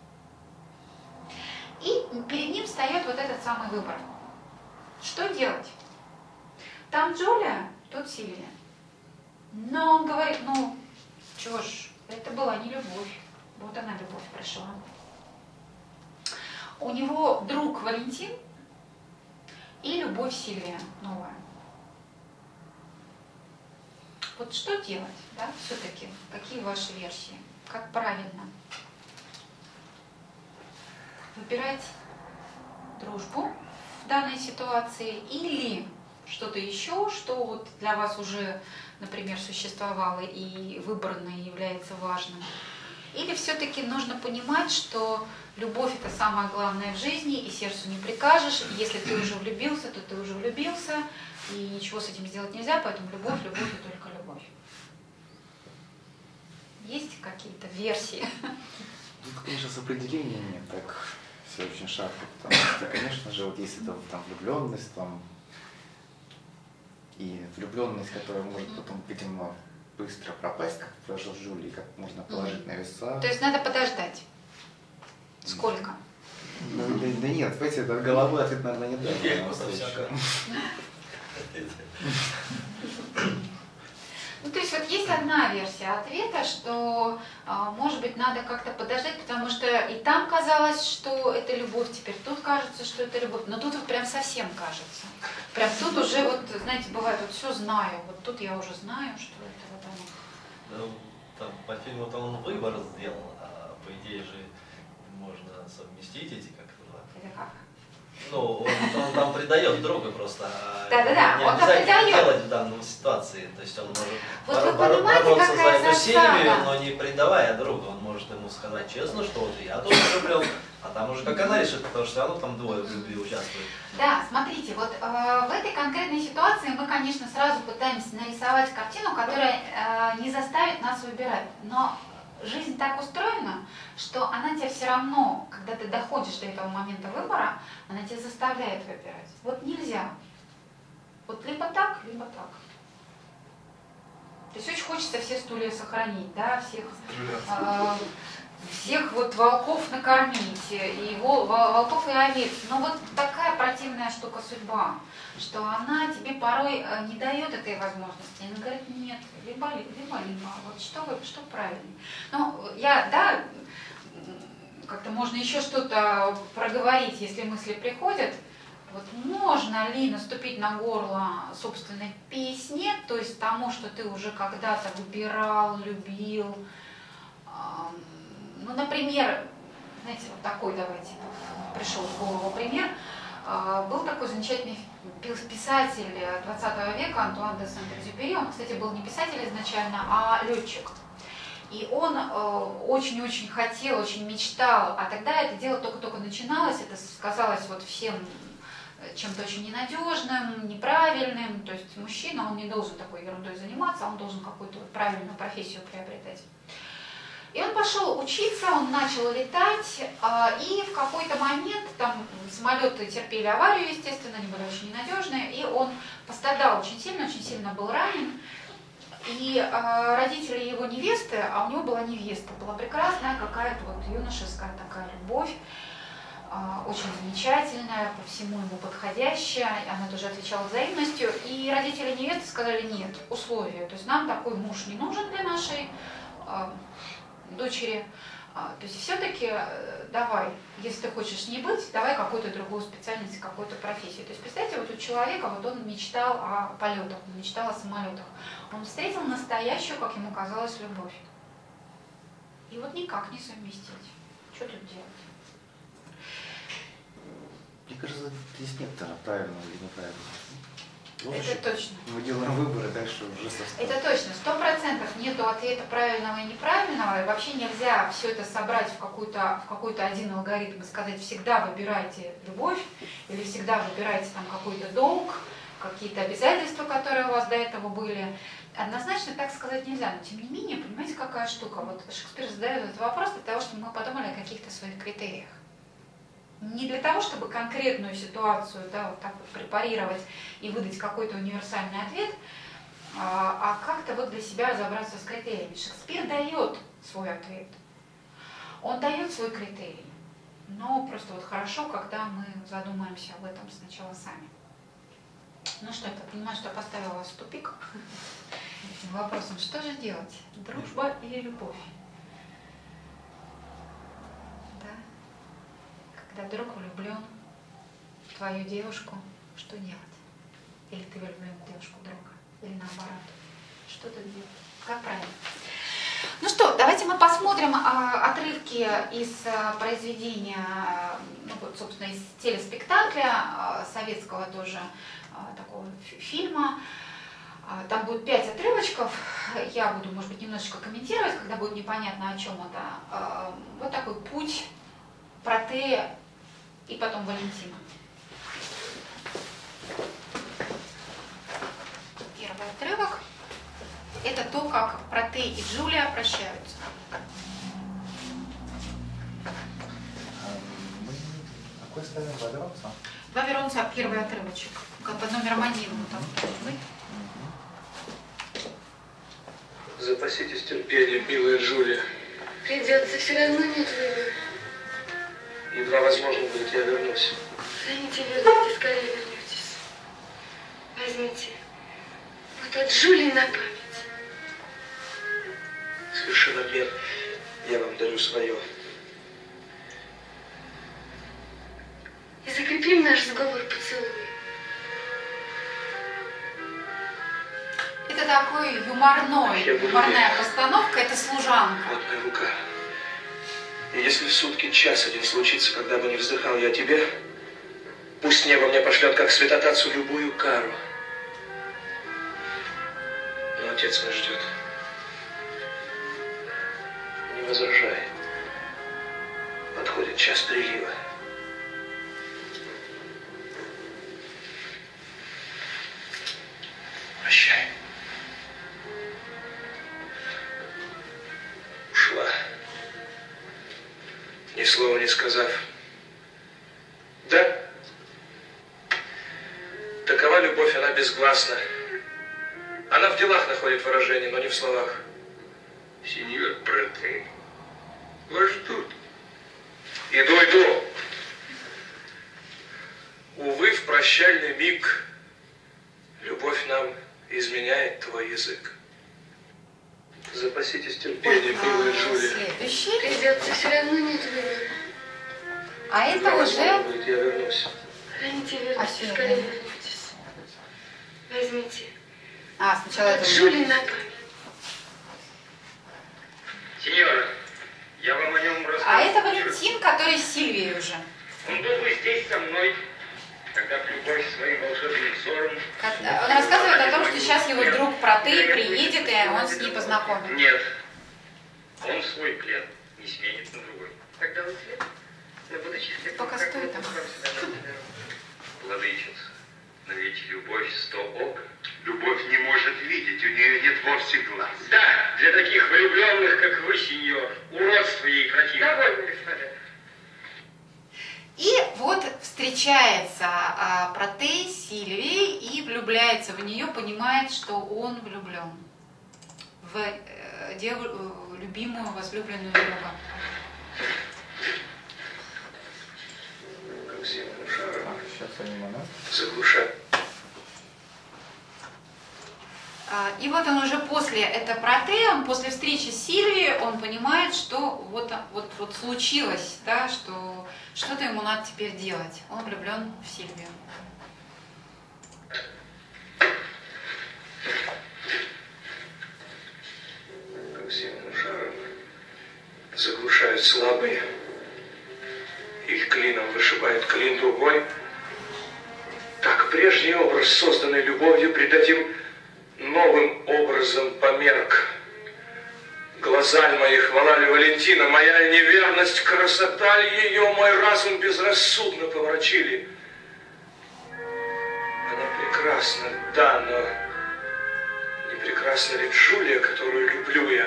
И перед ним встает вот этот самый выбор. Что делать? Там Джулия, тут Сильвия. Но он говорит, чего ж, это была не любовь. Вот она, любовь, прошла. У него друг Валентин и любовь Сильвия новая. Вот что делать, да, все-таки? Какие ваши версии? Как правильно? Выбирать дружбу в данной ситуации или что-то еще, что вот для вас уже, например, существовало и выбранное является важным? Или все-таки нужно понимать, что любовь – это самое главное в жизни, и сердцу не прикажешь, и если ты уже влюбился, то ты уже влюбился, и ничего с этим сделать нельзя, поэтому любовь и только любовь. Есть какие-то версии? Тут, конечно, с определениями так все очень шатко, потому что, конечно же, вот если это там влюбленность, там, и влюбленность, которая может потом, видимо, быстро пропасть, как произошло с Джулией, как можно положить на веса. То есть надо подождать. Сколько? Ну, да нет, понимаете, это головой ответ, наверное, не дать. Ну, то есть вот есть одна версия ответа, что, может быть, надо как-то подождать, потому что и там казалось, что это любовь, теперь тут кажется, что это любовь, но тут вот прям совсем кажется. Прям тут уже, вот, знаете, бывает, вот все знаю, вот тут я уже знаю, что это вот оно. Ну, там, по фильму-то он выбор сделал, а по идее же можно совместить эти как-то два. Это как? Ну, он там предает друга просто. Да-да-да, Не он там обязательно предает. делать в данной ситуации. То есть он может Вот вы понимаете, бороться за какая эту засада? Сильвию, но не предавая друга. Он может ему сказать честно, что вот я тоже влюблен, а там уже как она решит, потому что все равно там двое в любви участвуют. Да, смотрите, вот в этой конкретной ситуации мы, конечно, сразу пытаемся нарисовать картину, которая не заставит нас выбирать. Но жизнь так устроена, что она тебя все равно, когда ты доходишь до этого момента выбора, она тебя заставляет выбирать. Вот нельзя. Вот либо так, либо так. То есть очень хочется все стулья сохранить, да, всех вот волков накормить, и волков и овец. Но вот такая противная штука судьба, что она тебе порой не дает этой возможности. Она говорит, нет, либо. Вот что правильнее. Ну, да, как-то можно еще что-то проговорить, если мысли приходят. Вот можно ли наступить на горло собственной песне, то есть тому, что ты уже когда-то выбирал, любил. Ну, например, знаете, вот такой, давайте, пришел в голову пример. Был такой замечательный писатель 20 века Антуан де Сент-Экзюпери. Он, кстати, был не писатель изначально, а летчик. И он очень-очень хотел, очень мечтал, а тогда это дело только-только начиналось, это сказалось вот всем чем-то очень ненадежным, неправильным. То есть мужчина, он не должен такой ерундой заниматься, он должен какую-то правильную профессию приобретать. И он пошел учиться, он начал летать, и в какой-то момент там самолеты терпели аварию, естественно, они были очень ненадежные, и он пострадал очень сильно был ранен. И родители его невесты, а у него была невеста, была прекрасная какая-то вот юношеская такая любовь, очень замечательная, по всему ему подходящая, она тоже отвечала взаимностью. И родители невесты сказали, нет, условия, то есть нам такой муж не нужен для нашей дочери. То есть все-таки давай, если ты хочешь не быть, давай какую-то другую специальность, какую-то профессию. То есть представьте, вот у человека, вот он мечтал о полетах, он мечтал о самолетах. Он встретил настоящую, как ему казалось, любовь. И вот никак не совместить. Что тут делать? Мне кажется, здесь нет правильного или неправильного. Это точно. Мы делаем выборы, дальше уже составим. Это точно. 100% нету ответа правильного и неправильного. И вообще нельзя все это собрать в какой-то один алгоритм и сказать, всегда выбирайте любовь или всегда выбирайте там какой-то долг, какие-то обязательства, которые у вас до этого были. Однозначно так сказать нельзя. Но тем не менее, понимаете, какая штука? Вот Шекспир задает этот вопрос для того, чтобы мы подумали о каких-то своих критериях. Не для того, чтобы конкретную ситуацию, да, вот так вот препарировать и выдать какой-то универсальный ответ, а как-то вот для себя разобраться с критериями. Шекспир дает свой ответ. Он дает свой критерий. Но просто вот хорошо, когда мы задумаемся об этом сначала сами. Ну что, я понимаю, что я поставила вас в тупик этим вопросом. Что же делать? Дружба или любовь? Когда друг влюблен в твою девушку, что делать? Или ты влюблен в девушку друга? Или наоборот? Что-то где? Как правильно? Ну что, давайте мы посмотрим отрывки из произведения, ну, вот, собственно, из телеспектакля, советского тоже такого фильма. Там будет 5 отрывочков, я буду, может быть, немножечко комментировать, когда будет непонятно, о чем это. Вот такой путь Протея и потом Валентина. Первый отрывок. Это то, как Протей и Джулия прощаются. Мы какой ставим Ваверонца? Ваверонца, первый отрывочек. Как под номером 1 вот там должен быть. Запаситесь терпением, милая Джулия. Придется, все равно нет выбора. Едва возможно будет, я вернусь. Извините, вернитесь, скорее вернетесь. Возьмите вот от Джулии на память. Совершенно верно. Я вам дарю свое. И закрепим наш сговор поцелуем. Это такой юморная постановка, это служанка. Вот моя рука. И если в сутки час один случится, когда бы не вздыхал я о тебе, пусть небо мне пошлет, как святотатцу, любую кару. Но отец нас ждет. Не возражай. Подходит час прилива. Прощай. Ушла. Ни слова не сказав. Да? Такова любовь, она безгласна. Она в делах находит выражение, но не в словах. Сеньор Протей, вас ждут. Иду. Увы, в прощальный миг любовь нам изменяет твой язык. Запаситесь терпением, милая Джулия. Следующий. Придется, все равно нет выбора. А это Едва возможно уже... будет, я вернусь. Извините, вернитесь, всё, скорее да. вернетесь. Возьмите Сначала это от уже... Джулии на память. Сеньора, я вам о нем расскажу. А это Валентин, который с Сильвией уже. Он был бы здесь со мной, когда б любовь своим волшебным взором... Он рассказывает о том, что сейчас его друг Протей приедет, и он с ней познакомит. Нет, он свой плен не сменит на другой. Когда вы след, но будучи слепым, Пока как стоит вы там. сам себя разберете? Владычица, но ведь любовь 100 окон. Любовь не может видеть, у нее нет вовсе глаз. Да, для таких влюбленных, как вы, сеньор, уродство ей противно. Довольно, господа. И вот встречается Протей с Сильвией и влюбляется в нее, понимает, что он влюблен в любимую, возлюбленную друга. Как сильным шаром Сейчас они момент. заглушать. И вот он уже после этого Протея, после встречи с Сильвией, он понимает, что вот случилось, да, что что-то ему надо теперь делать. Он влюблен в Сильвию. Как сильным шаром заглушают слабые. Их клином вышибает клин другой. Так прежний образ, созданный любовью, придадим новым образом померк. Глаза ль мои хвала ли Валентина, моя ль неверность, красота ли ее, мой разум безрассудно помрачили. Она прекрасна, да, но не прекрасна ли Джулия, которую люблю я?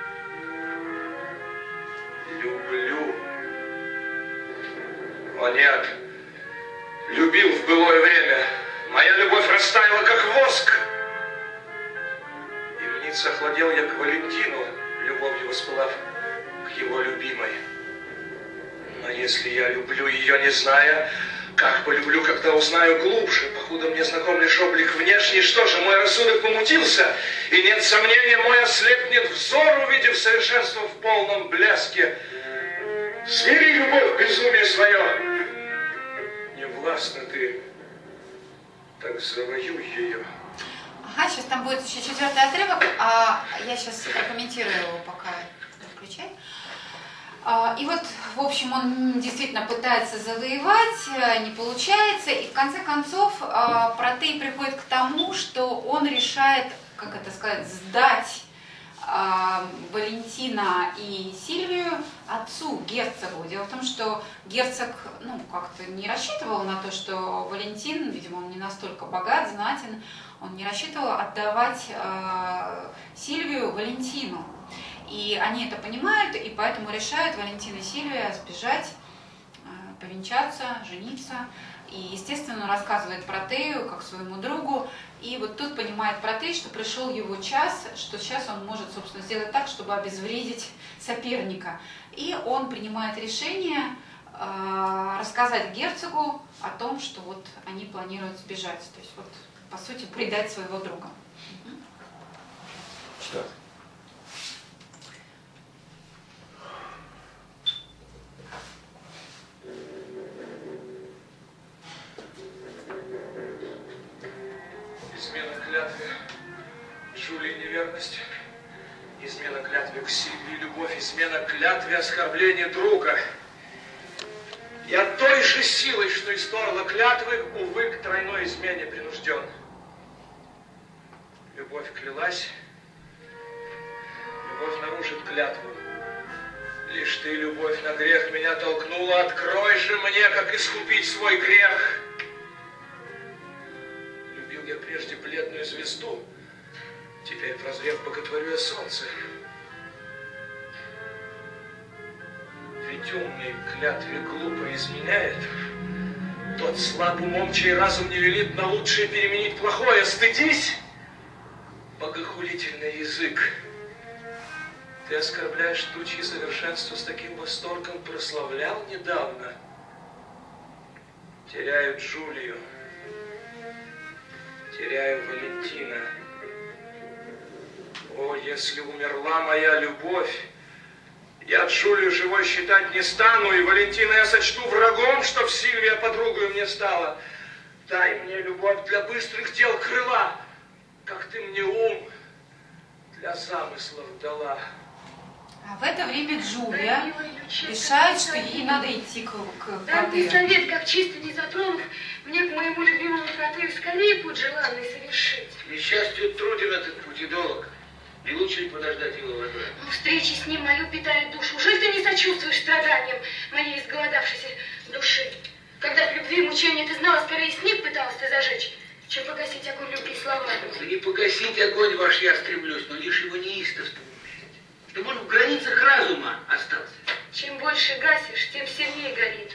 Люблю. О нет, любил в былое время, моя любовь растаяла, как воск. И мнится, охладел я к Валентину, любовью воспылав к его любимой. Но если я люблю ее, не зная, как полюблю, когда узнаю глубже, покуда мне знаком лишь облик внешний, что же, мой рассудок помутился, и нет сомнения, мой ослепнет взор, увидев совершенство в полном блеске. Смири, любовь, безумие свое. Не властна ты, так завоюй ее. Ага, сейчас там будет еще 4-й отрывок, а я сейчас прокомментирую его, пока включай. И вот, в общем, он действительно пытается завоевать, не получается, и в конце концов Протей приходит к тому, что он решает, как это сказать, сдать Валентина и Сильвию отцу, герцогу. Дело в том, что герцог, как-то не рассчитывал на то, что Валентин, видимо, он не настолько богат, знатен, он не рассчитывал отдавать Сильвию Валентину. И они это понимают, и поэтому решают Валентин и Сильвия сбежать, повенчаться, жениться. И, естественно, он рассказывает Протею, как своему другу. И вот тут понимает Протей, что пришел его час, что сейчас он может, собственно, сделать так, чтобы обезвредить соперника. И он принимает решение рассказать герцогу о том, что вот они планируют сбежать. То есть, вот, по сути, предать своего друга. Что? Измена клятве Джулии неверность, измена клятве к Сильвии любовь, измена клятве оскорбление друга. Я той же силой, что исторгла клятвы, увы, к тройной измене принужден. Любовь клялась, любовь нарушит клятву. Лишь ты, любовь, на грех меня толкнула, открой же мне, как искупить свой грех. Любил я прежде бледную звезду, теперь, прозрев, боготворю я солнце. Ведь умный клятве глупо изменяет. Тот слаб умом, чей разум не велит на лучшее переменить плохое. Стыдись, богохулительный язык. Ты оскорбляешь ту, чьи совершенство с таким восторгом прославлял недавно. Теряю Джулию, теряю Валентина. О, если умерла моя любовь, я Джулию живой считать не стану, и Валентина я сочту врагом, чтоб Сильвия подругой мне стала. Дай мне любовь для быстрых дел крыла, как ты мне ум для замыслов дала. А в это время Джулия решает, что ей надо идти к Дай мне Протею. совет, как чисто не затронув, мне к моему любимому Протею скорее путь желанный совершить. К несчастью, труден этот путь и долг. Не лучше ли подождать его вода? Но встречи с ним мою питает душу. Уже ты не сочувствуешь страданиям моей изголодавшейся души. Когда в любви и мучении ты знала, скорее снег пыталась ты зажечь, чем погасить огонь любви словами. Да не погасить огонь ваш я стремлюсь, но лишь его неистовством умерить. Чтобы он в границах разума остался. Чем больше гасишь, тем сильнее горит.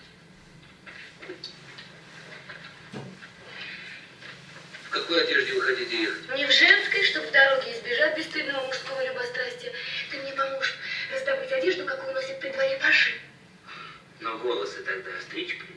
В какой одежде вы хотите ехать? Не в женской, чтобы в дороге избежать бесстыдного мужского любострастия. Ты мне поможешь раздобыть одежду, какую носит при дворе паши. Но волосы тогда стричь придется.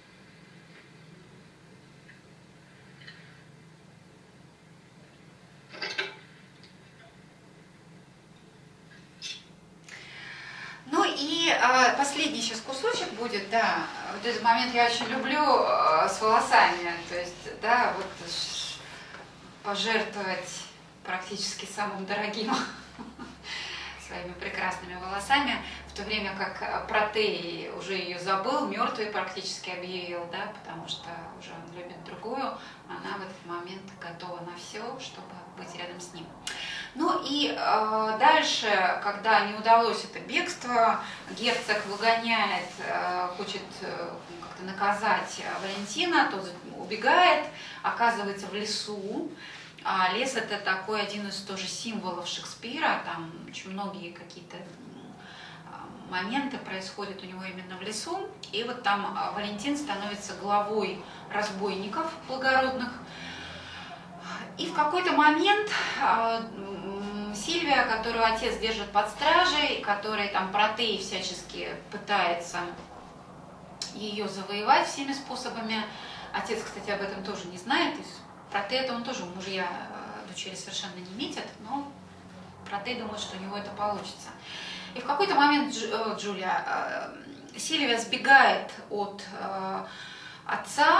Ну и последний сейчас кусочек будет, да, вот этот момент я очень люблю с волосами, то есть, да, вот пожертвовать практически самым дорогим своими прекрасными волосами, в то время как Протей уже ее забыл, мертвый практически объявил, да, потому что уже он любит другую, она в этот момент готова на все, чтобы быть рядом с ним. Ну и дальше, когда не удалось это бегство, герцог выгоняет, хочет как-то наказать Валентина, тот убегает, оказывается в лесу. А лес — это такой один из тоже символов Шекспира, там очень многие какие-то моменты происходят у него именно в лесу. И вот там Валентин становится главой разбойников благородных. И в какой-то момент Сильвия, которую отец держит под стражей, которой там Протей всячески пытается ее завоевать всеми способами. Отец, кстати, об этом тоже не знает. Протей это он тоже мужья дочери совершенно не метит, но Протей думает, что у него это получится. И в какой-то момент Сильвия сбегает от отца,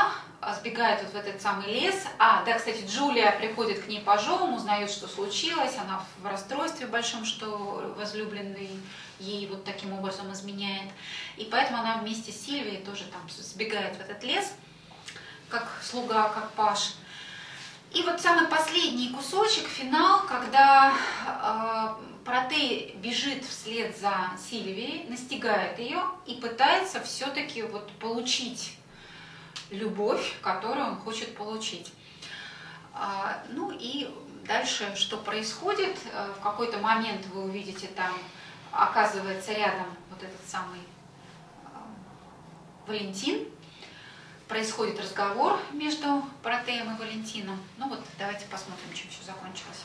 сбегает вот в этот самый лес. А, да, кстати, Джулия приходит к ней пожом, узнает, что случилось, она в расстройстве большом, что возлюбленный ей вот таким образом изменяет. И поэтому она вместе с Сильвией тоже там сбегает в этот лес, как слуга, как паж. И вот самый последний кусочек, финал, когда Протей бежит вслед за Сильвией, настигает ее и пытается все-таки вот получить любовь, которую он хочет получить. Ну и дальше что происходит? В какой-то момент вы увидите, там оказывается рядом вот этот самый Валентин. Происходит разговор между Протеем и Валентином. Ну вот давайте посмотрим, чем все закончилось.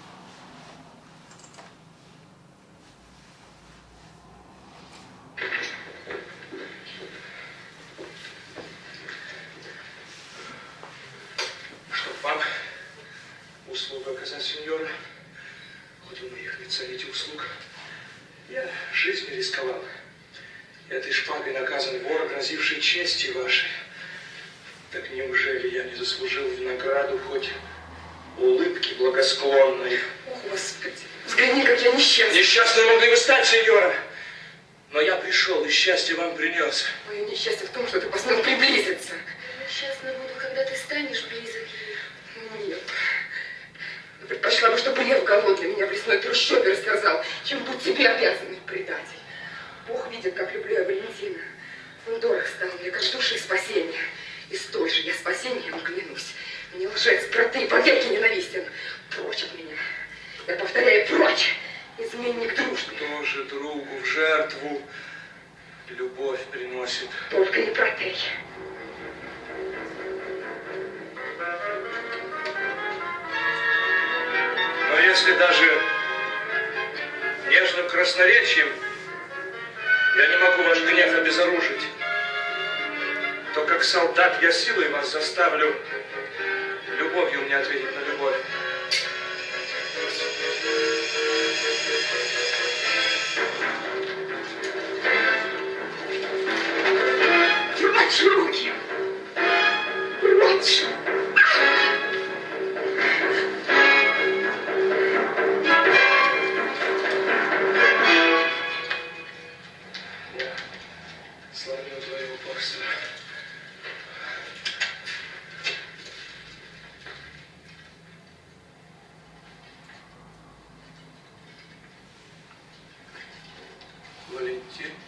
Чтоб вам услугу оказать, сеньора, хоть вы моих не цените услуг, я жизнью рисковал. Этой шпагой наказан вор, грозивший чести вашей. Так неужели я не заслужил в награду хоть улыбки благосклонной? О, Господи, взгляни, как я несчастна. Несчастной могли бы стать, сеньора, но я пришел и счастье вам принес. Мое несчастье в том, что ты посмел приблизиться. Несчастна буду, когда ты станешь близок ей. Нет. Предпочла бы, чтобы лев голодный меня в лесной трущобе растерзал, чем будь тебе обязанный, предатель. Бог видит, как люблю я Валентина. Он дорог стал мне, как души спасения. И столь же я спасением клянусь. Мне лжец, Протей, повеки ненавистен. Прочь от меня. Я повторяю, прочь. Изменник дружбы. Кто же другу в жертву любовь приносит? Только не Протей. Но если даже нежным красноречием я не могу ваш гнев обезоружить, то как солдат я силой вас заставлю любовью мне ответить на любовь. Прочь руки! Прочь! Я славлю твое упорство. Валентин.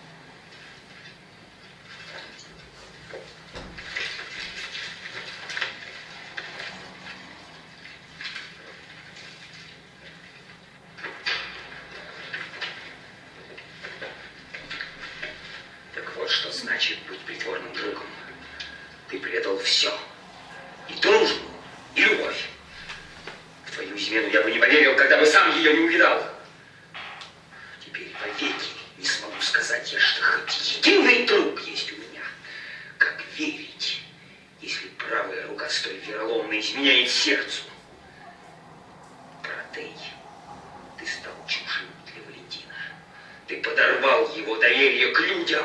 Так вот, что значит быть притворным другом. Ты предал все. И дружбу, и любовь. В твою измену я бы не поверил, когда бы сам ее не увидал. Теперь повеки не смогу сказать я, что хоть единый друг есть у меня. Как верить, если правая рука столь вероломно изменяет сердцу? Протей, ты стал чужим для Валентина. Ты подорвал его доверие к людям.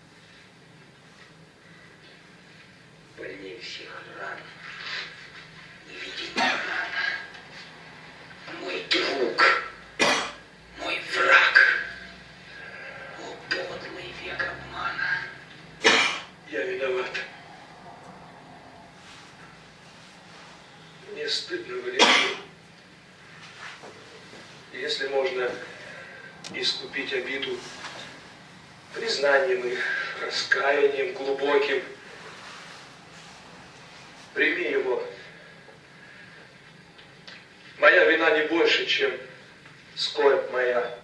Больнее всех ран не видеть рана. Мой друг, мой враг. О, подлый век обмана. Я виноват. Мне стыдно, Валентин. Если можно искупить обиду признанием и раскаянием глубоким, прими его. Моя вина не больше, чем скорбь моя.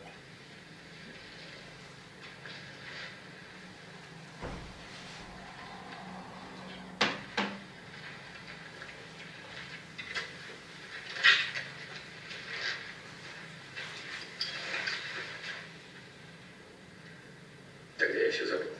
Тогда я все забыл.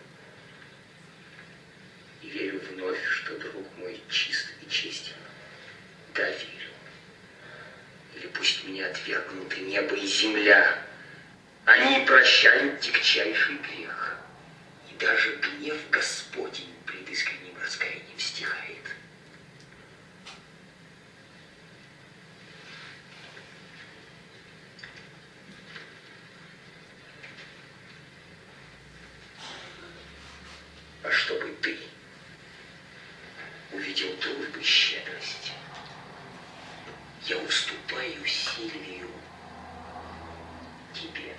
И верю вновь, что друг мой чист и честен. Да, верю. Или пусть меня отвергнуты небо и земля. Они прощают тягчайший грех. И даже гнев Господень пред искренним раскаянием стихает. уступаю Сильвию тебе.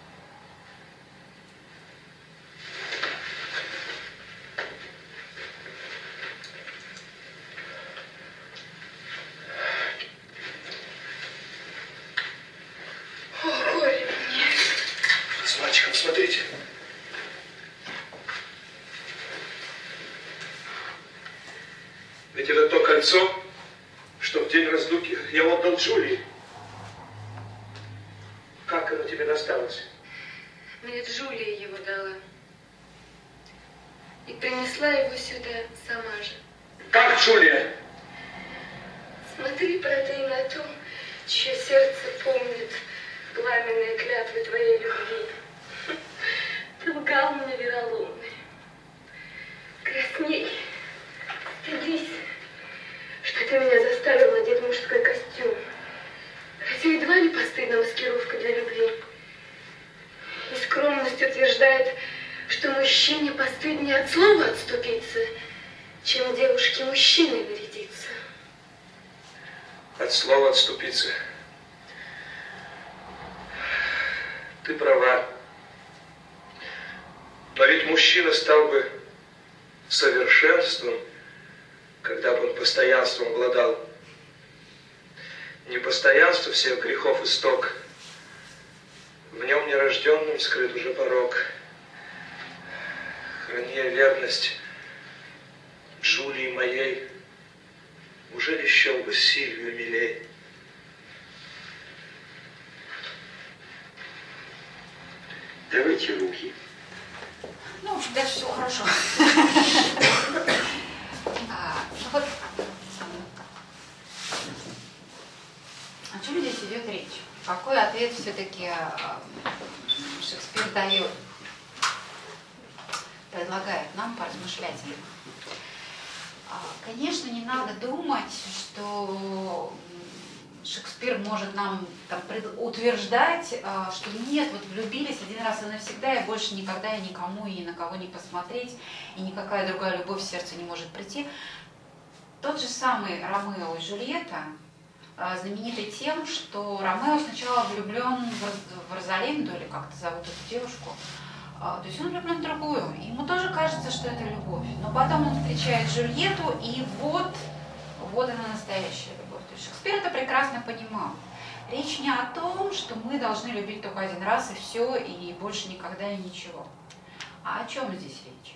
О, горе мне. С мальчиком, смотрите. Ведь это то кольцо, что в день разлуки я отдал Джулии. Как оно тебе досталось? Мне Джулия его дала. И принесла его сюда сама же. Как Джулия? Смотри, протей, на то, чье сердце помнит пламенные клятвы твоей любви. Ты лгал мне, вероломный. Красней, стыдись, что ты меня заставил надеть мужской костюм. Хотя едва ли постыдна маскировка для любви. И скромность утверждает, что мужчине постыднее от слова отступиться, чем девушке мужчиной нарядиться. От слова отступиться. Ты права. Но ведь мужчина стал бы совершенством, когда бы он постоянством обладал. Непостоянство всех грехов исток. В нем нерожденным скрыт уже порок. Храни я верность Джулии моей, уже ли счел бы Сильвию милей? Давайте руки. Ну, дальше все хорошо. Вот о чем здесь идет речь? Какой ответ все-таки Шекспир дает, предлагает нам поразмышлять? Конечно, не надо думать, что Шекспир может нам там утверждать, что нет, вот влюбились один раз и навсегда, и больше никогда и никому и ни на кого не посмотреть, и никакая другая любовь в сердце не может прийти. Тот же самый Ромео и Джульетта знаменитый тем, что Ромео сначала влюблен в Розалинду, или как-то зовут эту девушку, то есть он влюблен в другую. Ему тоже кажется, что это любовь. Но потом он встречает Джульетту, и вот она настоящая любовь. То есть Шекспир это прекрасно понимал. Речь не о том, что мы должны любить только один раз и все, и больше никогда и ничего. А о чем здесь речь?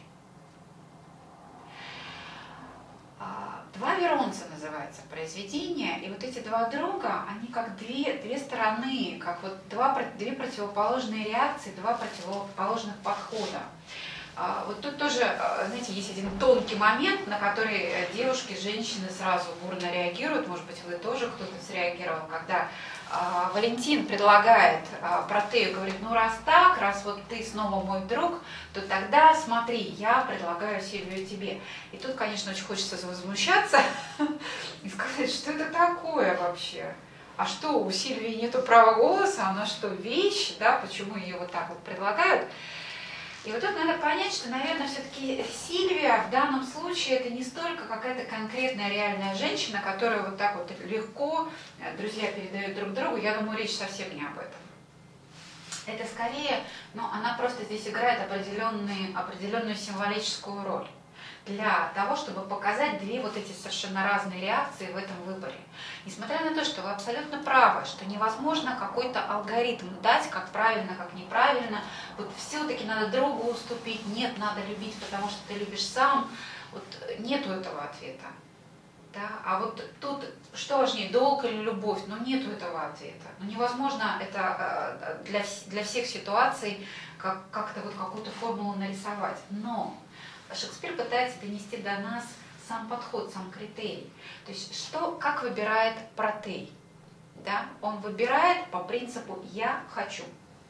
«Два Веронца» называется произведение, и вот эти два друга, они как две стороны, как вот две противоположные реакции, два противоположных подхода. Вот тут тоже, знаете, есть один тонкий момент, на который девушки, женщины сразу бурно реагируют, может быть, вы тоже кто-то среагировал, когда Валентин предлагает Протею, говорит, ну раз так, раз вот ты снова мой друг, то тогда смотри, я предлагаю Сильвию тебе. И тут, конечно, очень хочется возмущаться и сказать, что это такое вообще? А что, у Сильвии нету права голоса, она что, вещь, да, почему ее вот так вот предлагают? И вот тут надо понять, что, наверное, все-таки Сильвия в данном случае это не столько какая-то конкретная реальная женщина, которая вот так вот легко друзья передают друг другу. Я думаю, речь совсем не об этом. Это скорее, она просто здесь играет определенную символическую роль для того, чтобы показать две вот эти совершенно разные реакции в этом выборе. Несмотря на то, что вы абсолютно правы, что невозможно какой-то алгоритм дать, как правильно, как неправильно, вот все-таки надо другу уступить, нет, надо любить, потому что ты любишь сам, вот нету этого ответа. Да? А вот тут что важнее, долг или любовь? Нету этого ответа. Невозможно это для всех ситуаций как-то вот какую-то формулу нарисовать. Но Шекспир пытается донести до нас сам подход, сам критерий. То есть как выбирает Протей? Да? Он выбирает по принципу «я хочу».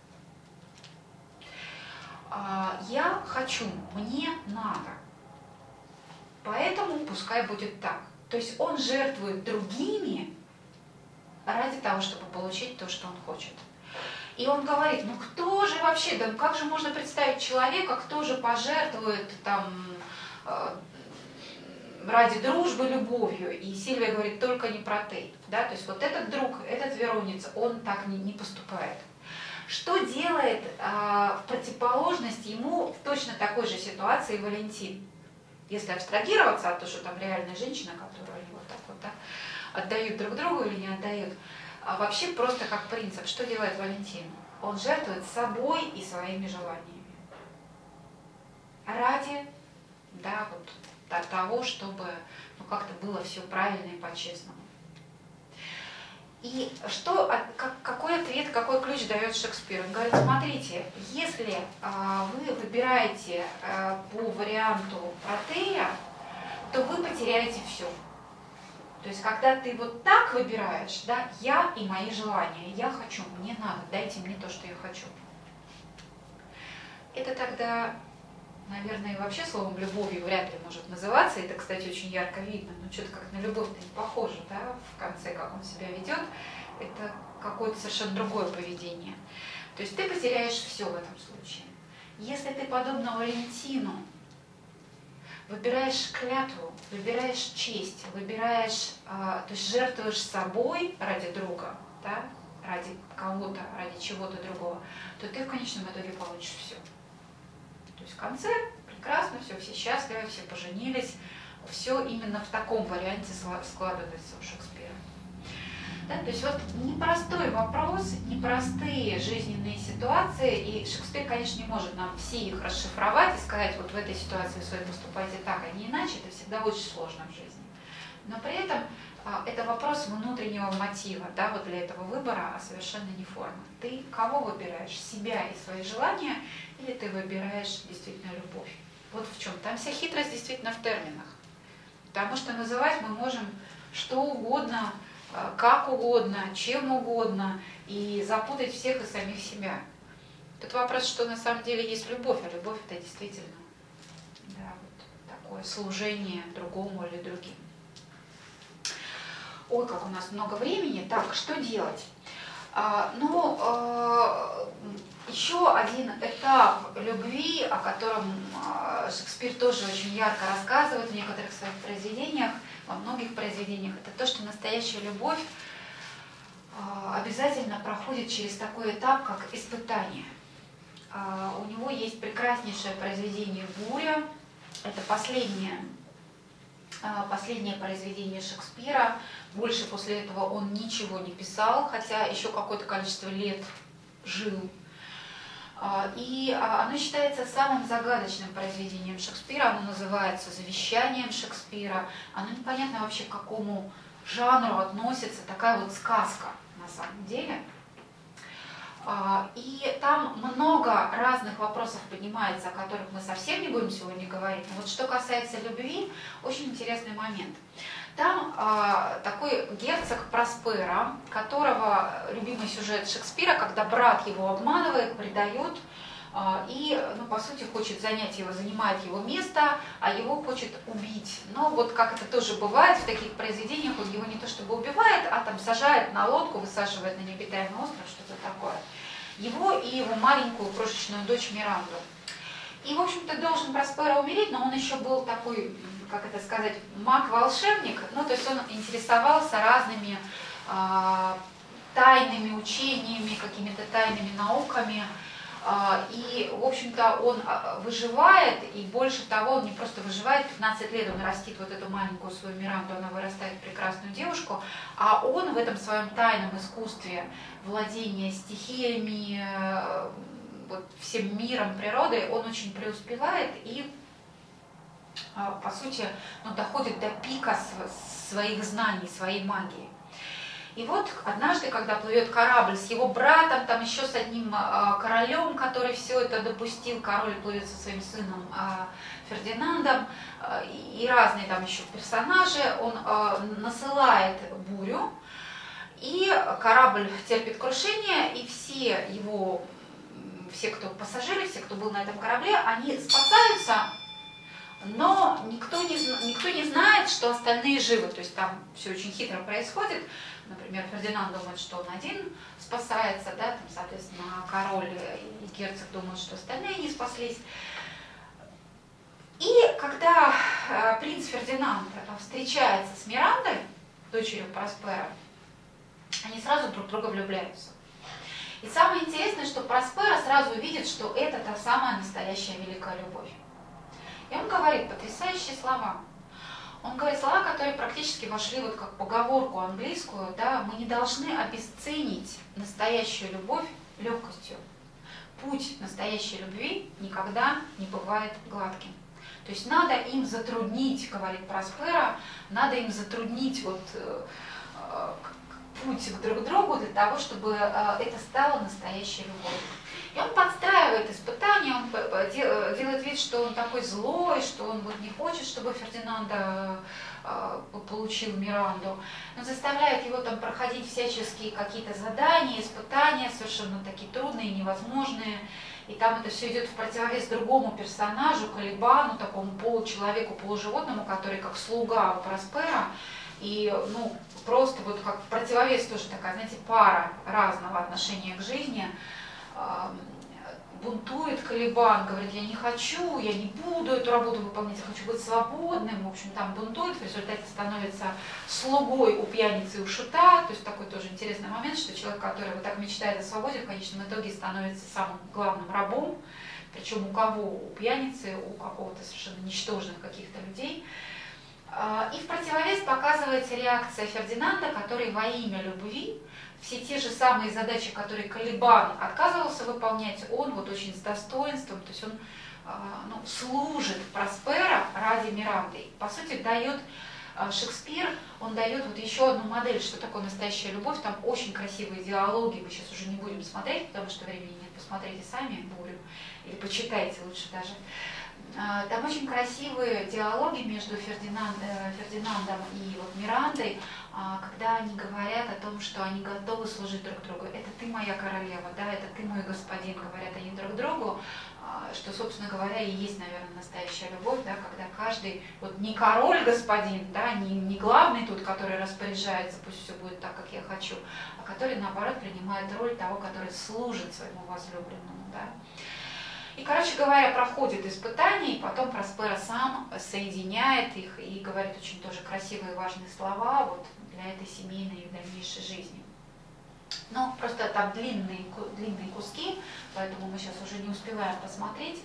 Я хочу, мне надо. Поэтому пускай будет так. То есть он жертвует другими ради того, чтобы получить то, что он хочет. И он говорит, кто же вообще, как же можно представить человека, кто же пожертвует там ради дружбы, любовью. И Сильвия говорит, только не про ты. Да? То есть вот этот друг, этот веронец, он так не поступает. Что делает в противоположность ему в точно такой же ситуации Валентин? Если абстрагироваться от того, что там реальная женщина, которую они вот так вот, да, отдают друг другу или не отдают, а вообще просто как принцип, что делает Валентин? Он жертвует собой и своими желаниями. Ради, да, вот, того, чтобы как-то было все правильно и по-честному. И какой ответ, какой ключ дает Шекспир? Он говорит, смотрите, если вы выбираете по варианту Протея, то вы потеряете все. То есть, когда ты вот так выбираешь, да, я и мои желания, я хочу, мне надо, дайте мне то, что я хочу. Это тогда, наверное, вообще словом любовью вряд ли может называться. Это, кстати, очень ярко видно. Но что-то как на любовь-то не похоже, да, в конце, как он себя ведет. Это какое-то совершенно другое поведение. То есть ты потеряешь все в этом случае. Если ты, подобно Валентину, выбираешь клятву, выбираешь честь, выбираешь, то есть жертвуешь собой ради друга, да, ради кого-то, ради чего-то другого, то ты в конечном итоге получишь все. То есть в конце прекрасно, все счастливы, все поженились, все именно в таком варианте складывается у Шекспира. Да, то есть вот непростой вопрос, непростые жизненные ситуации, и Шекспир, конечно, не может нам все их расшифровать и сказать, вот в этой ситуации вы поступаете так, а не иначе, это всегда очень сложно в жизни. Но при этом это вопрос внутреннего мотива, да, вот для этого выбора, а совершенно не форма. Ты кого выбираешь, себя и свои желания, или ты выбираешь действительно любовь? Вот в чем. Там вся хитрость действительно в терминах. Потому что называть мы можем что угодно, как угодно, чем угодно, и запутать всех и самих себя. Тут вопрос, что на самом деле есть любовь, а любовь это действительно, да, вот такое служение другому или другим. Ой, как у нас много времени. Так, что делать? Еще один этап любви, о котором Шекспир тоже очень ярко рассказывает в некоторых своих произведениях, во многих произведениях, это то, что настоящая любовь обязательно проходит через такой этап, как испытание. У него есть прекраснейшее произведение «Буря». Это последнее произведение Шекспира. Больше после этого он ничего не писал, хотя еще какое-то количество лет жил. И оно считается самым загадочным произведением Шекспира. Оно называется «Завещанием Шекспира». Оно непонятно вообще к какому жанру относится. Такая вот сказка на самом деле. И там много разных вопросов поднимается, о которых мы совсем не будем сегодня говорить. Но вот что касается любви, очень интересный момент. Там такой герцог Проспера, которого любимый сюжет Шекспира, когда брат его обманывает, предает, и, по сути, хочет занять его, занимает его место, а его хочет убить. Но вот как это тоже бывает в таких произведениях, он его не то чтобы убивает, а там сажает на лодку, высаживает на необитаемый остров, что-то такое. Его и его маленькую крошечную дочь Миранду. И, в общем-то, должен Проспера умереть, но он еще был такой, как это сказать, маг-волшебник, то есть он интересовался разными тайными учениями, какими-то тайными науками, и, в общем-то, он выживает, и больше того, он не просто выживает, 15 лет он растит вот эту маленькую свою Миранду, она вырастает в прекрасную девушку, а он в этом своем тайном искусстве владения стихиями, вот всем миром, природой, он очень преуспевает и, по сути, доходит до пика своих знаний, своей магии. И вот однажды, когда плывет корабль с его братом, там еще с одним королем, который все это допустил, король плывет со своим сыном Фердинандом, и разные там еще персонажи, он насылает бурю, и корабль терпит крушение, и все, кто пассажиры, все, кто был на этом корабле, они спасаются, но никто не знает, что остальные живы. То есть там все очень хитро происходит. Например, Фердинанд думает, что он один спасается, да, там, соответственно, король и герцог думают, что остальные не спаслись. И когда принц Фердинанд встречается с Мирандой, дочерью Проспера, они сразу друг в друга влюбляются. И самое интересное, что Проспера сразу видит, что это та самая настоящая великая любовь. И он говорит потрясающие слова. Он говорит слова, которые практически вошли вот как поговорку английскую, да, мы не должны обесценить настоящую любовь легкостью. Путь настоящей любви никогда не бывает гладким. То есть надо им затруднить, говорит Проспера, надо им затруднить вот путь друг к другу для того, чтобы это стало настоящей любовью. И он подстраивает испытания, он делает вид, что он такой злой, что он вот не хочет, чтобы Фердинанда получил Миранду. Он заставляет его там проходить всяческие какие-то задания, испытания, совершенно такие трудные, невозможные. И там это все идет в противовес другому персонажу, Калибану, такому получеловеку, полуживотному, который как слуга у Проспера. И ну, просто вот как в противовес тоже такая, знаете, пара разного отношения к жизни. Бунтует Калибан, говорит, я не хочу, я не буду эту работу выполнять, я хочу быть свободным. В общем, там бунтует, в результате становится слугой у пьяницы и у шута. То есть такой тоже интересный момент, что человек, который вот так мечтает о свободе, в конечном итоге становится самым главным рабом. Причем у кого? У пьяницы, у какого-то совершенно ничтожных каких-то людей. И в противовес показывается реакция Фердинанда, который во имя любви все те же самые задачи, которые Калибан отказывался выполнять, он вот очень с достоинством, то есть он ну, служит Проспера ради Миранды. По сути, дает Шекспир, он дает вот еще одну модель, что такое настоящая любовь. Там очень красивые диалоги, мы сейчас уже не будем смотреть, потому что времени нет, посмотрите сами «Бурю», или почитайте лучше даже. Там очень красивые диалоги между Фердинандом и вот Мирандой, когда они говорят о том, что они готовы служить друг другу. Это ты моя королева, да, это ты мой господин, говорят они друг другу, что, собственно говоря, и есть, наверное, настоящая любовь, да, когда каждый, вот не король-господин, да, не главный тут, который распоряжается, пусть все будет так, как я хочу, а который, наоборот, принимает роль того, который служит своему возлюбленному, да. И, короче говоря, проходит испытания, и потом Проспера сам соединяет их и говорит очень тоже красивые и важные слова вот, для этой семейной и дальнейшей жизни. Но просто там длинные куски, поэтому мы сейчас уже не успеваем посмотреть.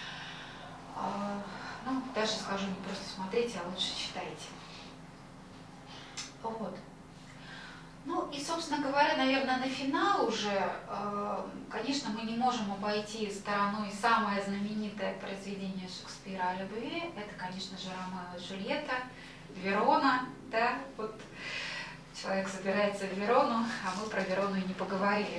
Ну, даже скажу, не просто смотрите, а лучше читайте. Вот. Ну и, собственно говоря, наверное, на финал уже, конечно, мы не можем обойти стороной самое знаменитое произведение Шекспира о любви. Это, конечно же, Ромео и Джульетта, Верона, да, вот человек собирается в Верону, а мы про Верону и не поговорили.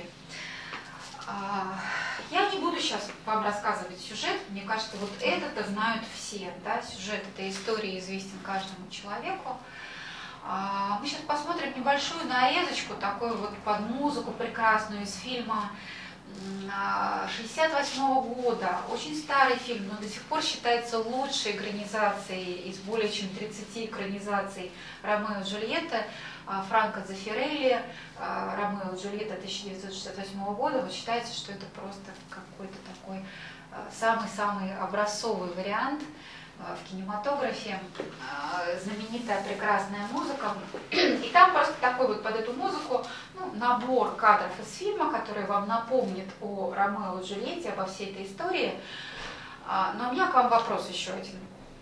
Я не буду сейчас вам рассказывать сюжет, мне кажется, вот это-то знают все, да, сюжет этой истории известен каждому человеку. Мы сейчас посмотрим небольшую нарезочку, такую вот под музыку прекрасную из фильма 1968 года. Очень старый фильм, но до сих пор считается лучшей экранизацией из более чем 30 экранизаций Ромео и Джульетты. Франко Дзеффирелли, Ромео и Джульетта 1968 года. Вот считается, что это просто какой-то такой самый-самый образцовый вариант в кинематографе, знаменитая прекрасная музыка. И там просто такой вот под эту музыку ну, набор кадров из фильма, который вам напомнит о Ромео и Джульетте, обо всей этой истории. Но у меня к вам вопрос еще один.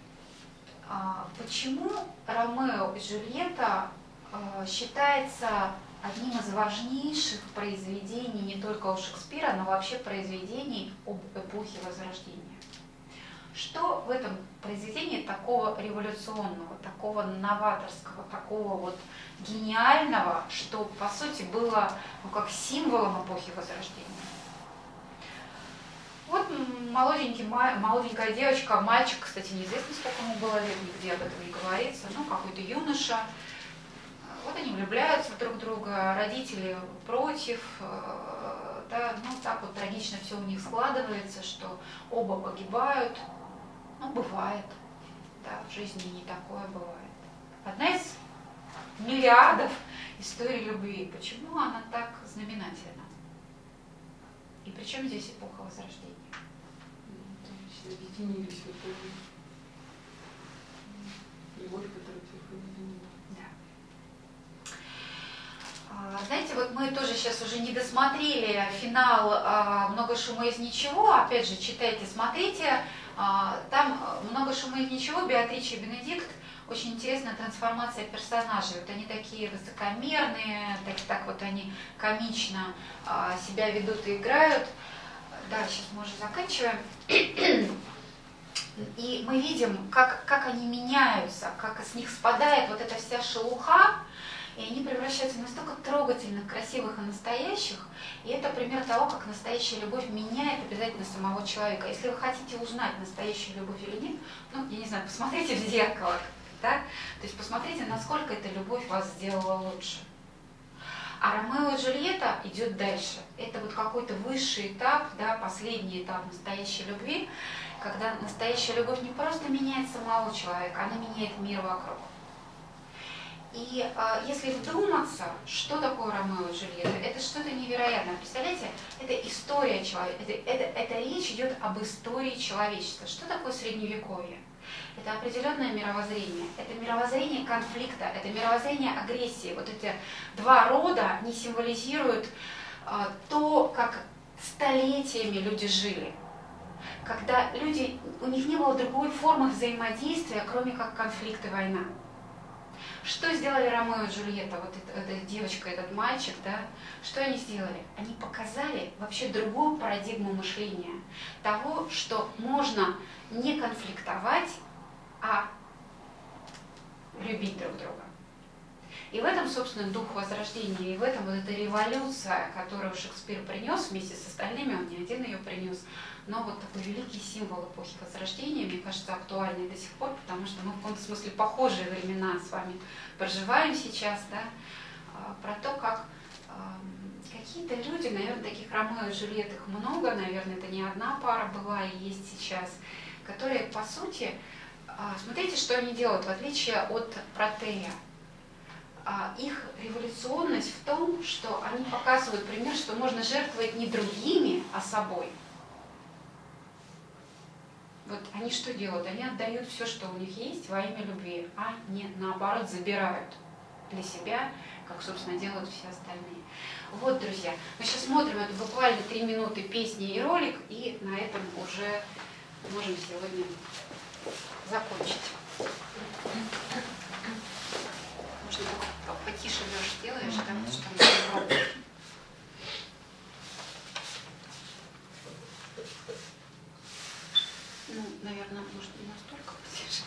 Почему Ромео и Джульетта считается одним из важнейших произведений не только у Шекспира, но вообще произведений об эпохе Возрождения? Что в этом произведении такого революционного, такого новаторского, такого вот гениального, что по сути было ну, как символом эпохи Возрождения? Вот молоденькая девочка, мальчик, кстати, неизвестно, сколько ему было лет, нигде об этом не говорится, ну какой-то юноша. Вот они влюбляются друг в друга, родители против, да, ну так вот трагично все у них складывается, что оба погибают. Ну, бывает, да, в жизни не такое бывает. Одна из миллиардов историй любви. Почему она так знаменательна? И при чем здесь эпоха Возрождения? Все объединились в итоге. любовь, которая приходит за ним. Знаете, вот мы тоже сейчас уже не досмотрели финал «Много шума из ничего». Опять же, читайте, смотрите. Там «Много шума из ничего», Беатриче и Бенедикт. Очень интересная трансформация персонажей. Вот они такие высокомерные, так вот они комично себя ведут и играют. Да, сейчас мы уже заканчиваем. И мы видим, как они меняются, как с них спадает вот эта вся шелуха, и они превращаются в настолько трогательных, красивых и настоящих. И это пример того, как настоящая любовь меняет обязательно самого человека. Если вы хотите узнать, настоящую любовь или нет, ну, я не знаю, посмотрите в зеркало, да? То есть посмотрите, насколько эта любовь вас сделала лучше. А Ромео и Джульетта идет дальше. Это вот какой-то высший этап, да, последний этап настоящей любви, когда настоящая любовь не просто меняет самого человека, она меняет мир вокруг. И если вдуматься, что такое Ромео и Джульетта, это что-то невероятное. Представляете, это история человека, это речь идет об истории человечества. Что такое Средневековье? Это определенное мировоззрение, это мировоззрение конфликта, это мировоззрение агрессии. Вот эти два рода, они символизируют то, как столетиями люди жили. Когда люди, у них не было другой формы взаимодействия, кроме как конфликт и война. Что сделали Ромео и Джульетта, вот эта девочка, этот мальчик, да? Что они сделали? Они показали вообще другую парадигму мышления. Того, что можно не конфликтовать, а любить друг друга. И в этом, собственно, дух возрождения, и в этом вот эта революция, которую Шекспир принес вместе с остальными, он не один ее принес, но вот такой великий символ эпохи Возрождения, мне кажется, актуальный до сих пор, потому что мы в каком-то смысле похожие времена с вами проживаем сейчас, да, про то, как какие-то люди, наверное, таких Ромео и Джульетт их много, наверное, это не одна пара была и есть сейчас, которые, по сути, смотрите, что они делают, в отличие от Протея. Их революционность в том, что они показывают пример, что можно жертвовать не другими, а собой. Вот они что делают? Они отдают все, что у них есть, во имя любви, а не наоборот забирают для себя, как, собственно, делают все остальные. Вот, друзья, мы сейчас смотрим, это буквально 3 минуты песни и ролик, и на этом уже можем сегодня закончить. Можно потише, Леша, делаешь, да, потому что мы не пробуем. Ну, наверное, может, не настолько потише.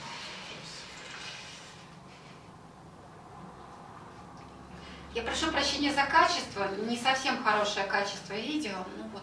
Я прошу прощения за качество, не совсем хорошее качество видео, ну вот.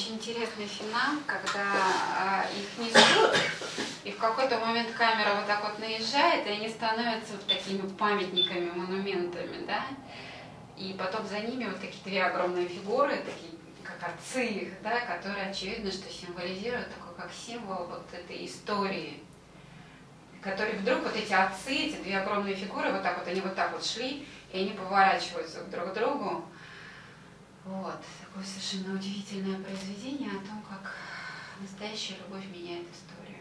очень интересный финал, когда их несут, и в какой-то момент камера вот так вот наезжает, и они становятся вот такими памятниками, монументами, да, и потом за ними вот такие две огромные фигуры, такие как отцы их, да, которые очевидно, что символизируют такой как символ вот этой истории, которые вдруг вот эти отцы, эти две огромные фигуры, вот так вот шли, и они поворачиваются друг к другу. Вот, такое совершенно удивительное произведение о том, как настоящая любовь меняет историю.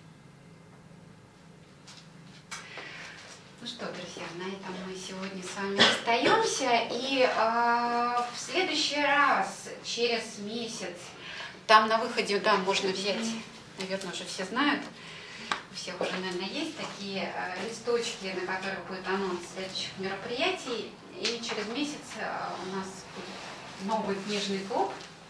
Ну что, друзья, на этом мы сегодня с вами остаемся. И в следующий раз, через месяц, там на выходе, да, можно взять, наверное, уже все знают, у всех уже, наверное, есть такие листочки, на которых будет анонс следующих мероприятий. И через месяц у нас будет новый книжный клуб.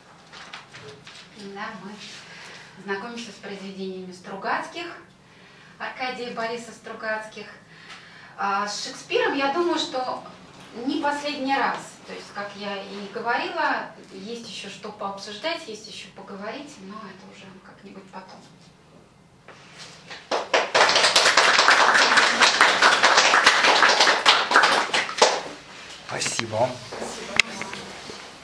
Да, мы знакомимся с произведениями Стругацких, Аркадия и Бориса Стругацких. А с Шекспиром, я думаю, что не последний раз. То есть, как я и говорила, есть еще что пообсуждать, есть еще поговорить, но это уже как-нибудь потом. Спасибо. Спасибо.